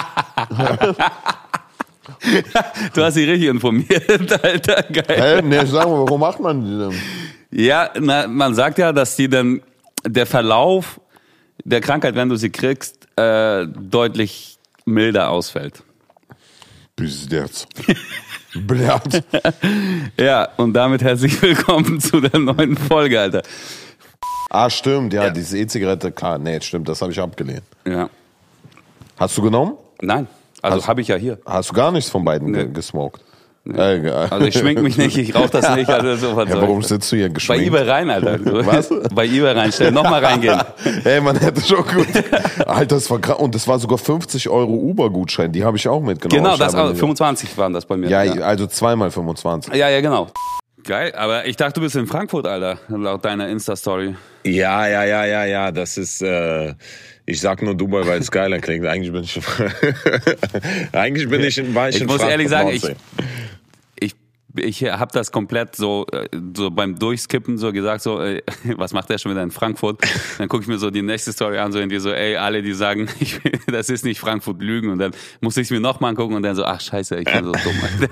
Du hast dich richtig informiert, Alter, geil. Hä? Nee, sag mal, warum macht man die denn? Ja, na, man sagt ja, dass die dann, der Verlauf der Krankheit, wenn du sie kriegst, äh, deutlich milder ausfällt. Bis jetzt. Blatt. Ja, und damit herzlich willkommen zu der neuen Folge, Alter. Ah, stimmt, ja, Ja. diese E-Zigarette, klar, nee, stimmt, das habe ich abgelehnt. Ja. Hast du genommen? Nein, also Hast- habe ich ja hier. Hast du gar nichts von beiden Nee. ge gesmoked? Äh, ge- Also ich schmink mich nicht, ich rauche das nicht. Also so was ja, soll warum ich- sitzt du hier Bei geschminkt? eBay rein, Alter. Was? Bei eBay reinstellen, nochmal reingehen. Ey, man hätte schon gut. Alter, das war krass. Und das war sogar fünfzig Euro Uber-Gutschein, die habe ich auch mitgenommen. Genau, Ich das habe auch, mir- fünfundzwanzig waren das bei mir. Ja, ja. also zweimal fünfundzwanzig. Ja, ja, genau. Geil, aber ich dachte, du bist in Frankfurt, Alter, laut deiner Insta-Story. Ja, ja, ja, ja, ja, das ist, äh, Ich sag nur Dubai, weil es geiler klingt. Eigentlich bin ich, eigentlich bin ich, war ich, ich in muss Frankfurt, ehrlich sagen, Nordsee. ich, ich, ich habe das komplett so, so beim Durchskippen so gesagt, so, ey, was macht der schon wieder in Frankfurt? Dann gucke ich mir so die nächste Story an, so in die so, ey, alle, die sagen, ich, das ist nicht Frankfurt, lügen. Und dann muss ich es mir nochmal angucken und dann so, ach scheiße, ich bin so dumm.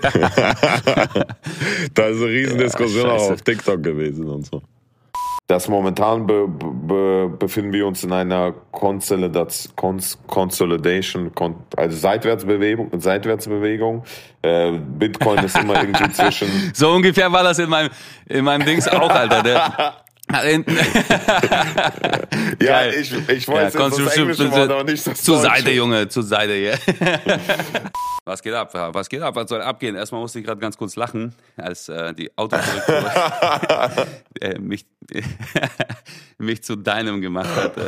Da ist eine riesen Diskussion ja, auch auf TikTok gewesen und so. Das momentan be, be, befinden wir uns in einer Consolidation, Consolidation, also Seitwärtsbewegung. Seitwärtsbewegung. Äh, Bitcoin ist immer irgendwie zwischen. So ungefähr war das in meinem in meinem Dings auch, Alter. Der, ja, ich, ich wollte ja, jetzt das englische Wort, aber nicht das Zur Deutsche. Seite, Junge, zur Seite, ja. Was geht ab? Was geht ab? Was soll abgehen? Erstmal musste ich gerade ganz kurz lachen, als äh, die Autokorrektur äh, mich, mich zu deinem gemacht hat.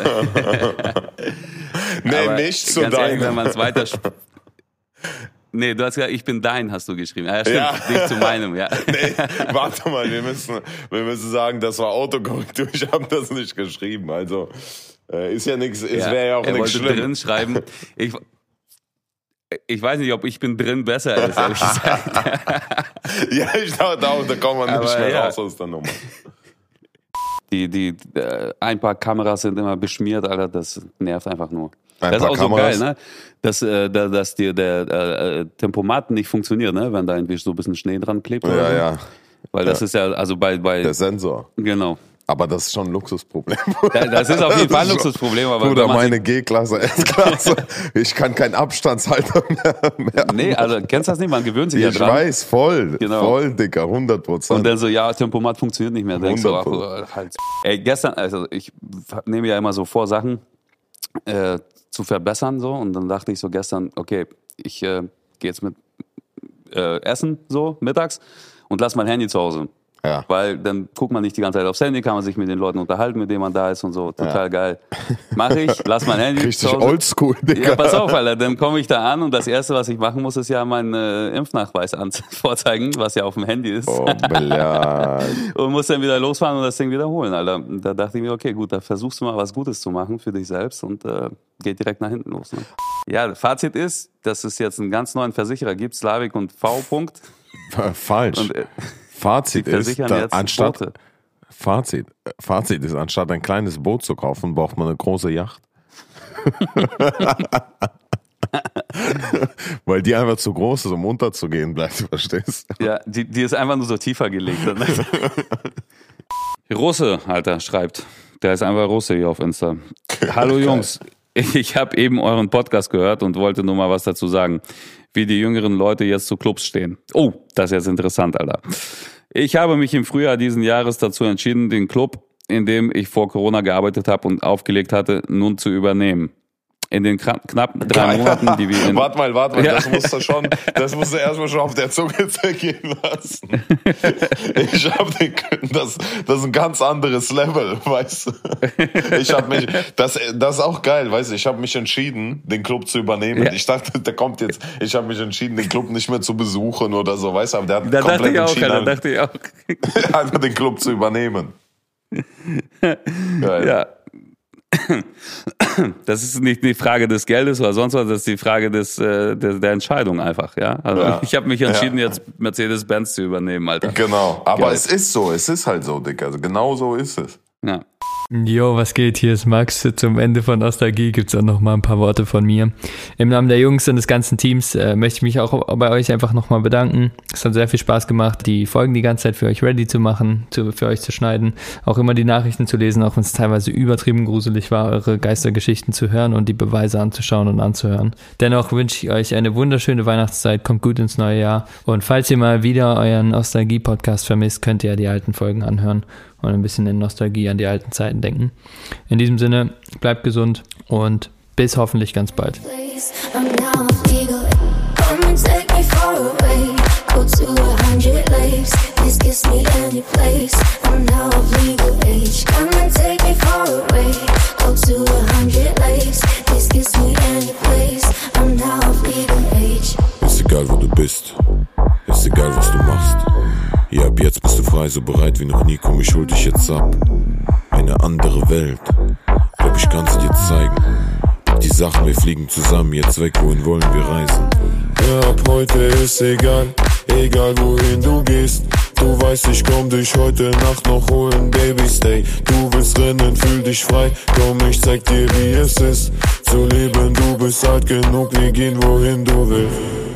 nee, Aber nicht zu ganz ehrlich, deinem. wenn man es weiter... Nee, du hast gesagt, ich bin dein, hast du geschrieben. Ja, stimmt, Ja. nicht zu meinem, ja. Nee, warte mal, wir müssen, wir müssen sagen, das war Autokorrektur. Ich habe das nicht geschrieben. Also äh, ist ja nichts, es Ja, wäre ja auch er nichts wollte schlimm. drin schreiben. Ich, ich weiß nicht, ob ich bin drin besser ist, ehrlich gesagt. Ja, ich dachte auch, da kommt man nicht Aber mehr ja. raus aus der Nummer. Die, die, äh, ein paar Kameras sind immer beschmiert, Alter, das nervt einfach nur. Ein das ist paar auch so Kameras? geil, ne? Dass, äh, da- dass dir der äh, Tempomat nicht funktioniert, ne? Wenn da irgendwie so ein bisschen Schnee dran klebt. oder Ja, so. ja, Weil das Ja. ist ja, also bei, bei der Sensor. genau. Aber das ist schon ein Luxusproblem. Da- Das ist auf jeden Fall ein Das ist Luxusproblem, aber Bruder, wenn man meine G-Klasse, S-Klasse. Ich kann keinen Abstandshalter mehr. mehr sich, nee, also kennst du das nicht? Man gewöhnt sich ich ja dran. weiß, voll. Genau. Voll, Dicker, hundert Und Prozent. dann so, ja, Tempomat funktioniert nicht mehr. Denkst du, ach, hundert halt. Ey, gestern, also ich nehme ja immer so vor, Sachen äh, zu verbessern, so. Und dann dachte ich so gestern, okay, ich äh, gehe jetzt mit äh, essen, so, mittags, und lass mein Handy zu Hause. Ja. Weil dann guckt man nicht die ganze Zeit aufs Handy, kann man sich mit den Leuten unterhalten, mit denen man da ist und so. Total Ja. geil. Mach ich, lass mein Handy Richtig zu Hause. oldschool, Dicker. Ja, pass auf, Alter, dann komme ich da an und das Erste, was ich machen muss, ist ja meinen äh, Impfnachweis an vorzeigen, was ja auf dem Handy ist. Oh, Bella. Und muss dann wieder losfahren und das Ding wiederholen, Alter. Und da dachte ich mir, okay, gut, da versuchst du mal was Gutes zu machen für dich selbst und äh, geht direkt nach hinten los. Ne? Ja, Fazit ist, dass es jetzt einen ganz neuen Versicherer gibt, Slavik und V. -Punkt. Falsch. Und, äh, Fazit die ist, versichern da, jetzt anstatt Boote. Fazit, Fazit ist, anstatt ein kleines Boot zu kaufen, braucht man eine große Yacht. Weil die einfach zu groß ist, um unterzugehen, bleibt, verstehst du? Ja, die, die ist einfach nur so tiefer gelegt. Ne? Russe, Alter, schreibt. Der ist einfach Russe hier auf Insta. Hallo Jungs, ich habe eben euren Podcast gehört und wollte nur mal was dazu sagen, wie die jüngeren Leute jetzt zu Clubs stehen. Oh, das ist jetzt interessant, Alter. Ich habe mich im Frühjahr diesen Jahres dazu entschieden, den Club, in dem ich vor Corona gearbeitet habe und aufgelegt hatte, nun zu übernehmen. In den knapp drei Monaten, die wir in... Warte mal, warte mal, Ja. das musst du schon, das musst du erstmal schon auf der Zunge zergehen lassen. Ich hab den, das, das ist ein ganz anderes Level, weißt du. Ich hab mich, das, das ist auch geil, weißt du, ich habe mich entschieden, den Club zu übernehmen. Ja. Ich dachte, der kommt jetzt, ich habe mich entschieden, den Club nicht mehr zu besuchen oder so, weißt du, aber der hat Da komplett dachte ich auch, entschieden, Alter, dachte ich auch. einfach den Club zu übernehmen. Geil. Ja. Das ist nicht die Frage des Geldes oder sonst was, das ist die Frage des, äh, der, der Entscheidung einfach, ja. Also Ja. ich habe mich entschieden, Ja. jetzt Mercedes-Benz zu übernehmen, Alter. Genau, aber Geil. es ist so, es ist halt so, Dick, also genau so ist es. Ja. Jo, was geht? Hier ist Max. Zum Ende von Nostalgie gibt's auch noch mal ein paar Worte von mir. Im Namen der Jungs und des ganzen Teams äh, möchte ich mich auch bei euch einfach nochmal bedanken. Es hat sehr viel Spaß gemacht, die Folgen die ganze Zeit für euch ready zu machen, zu, für euch zu schneiden, auch immer die Nachrichten zu lesen, auch wenn es teilweise übertrieben gruselig war, eure Geistergeschichten zu hören und die Beweise anzuschauen und anzuhören. Dennoch wünsche ich euch eine wunderschöne Weihnachtszeit, kommt gut ins neue Jahr und falls ihr mal wieder euren Nostalgie-Podcast vermisst, könnt ihr ja die alten Folgen anhören und ein bisschen in Nostalgie an die alten Zeiten denken. In diesem Sinne, bleibt gesund und bis hoffentlich ganz bald. I'm now legal. Come and take me far away. Go to a hundred lakes. This gets me any place. I'm now of legal age. Come and take me far away. Go to a hundred lakes. This gets me any place. I'm now of legal age. Ist egal, wo du bist. Ist egal, was du machst. Ja, ab jetzt bist du frei, so bereit wie noch nie. Komm, ich hol dich jetzt ab. Eine andere Welt. Glaub, ich kann's dir zeigen. Sachen, wir fliegen zusammen jetzt weg, wohin wollen wir reisen? Ja, ab heute ist egal, egal wohin du gehst. Du weißt, ich komm dich heute Nacht noch holen, Baby, stay. Du willst rennen, fühl dich frei, komm, ich zeig dir, wie es ist zu leben. Du bist alt genug, wir gehen, wohin du willst.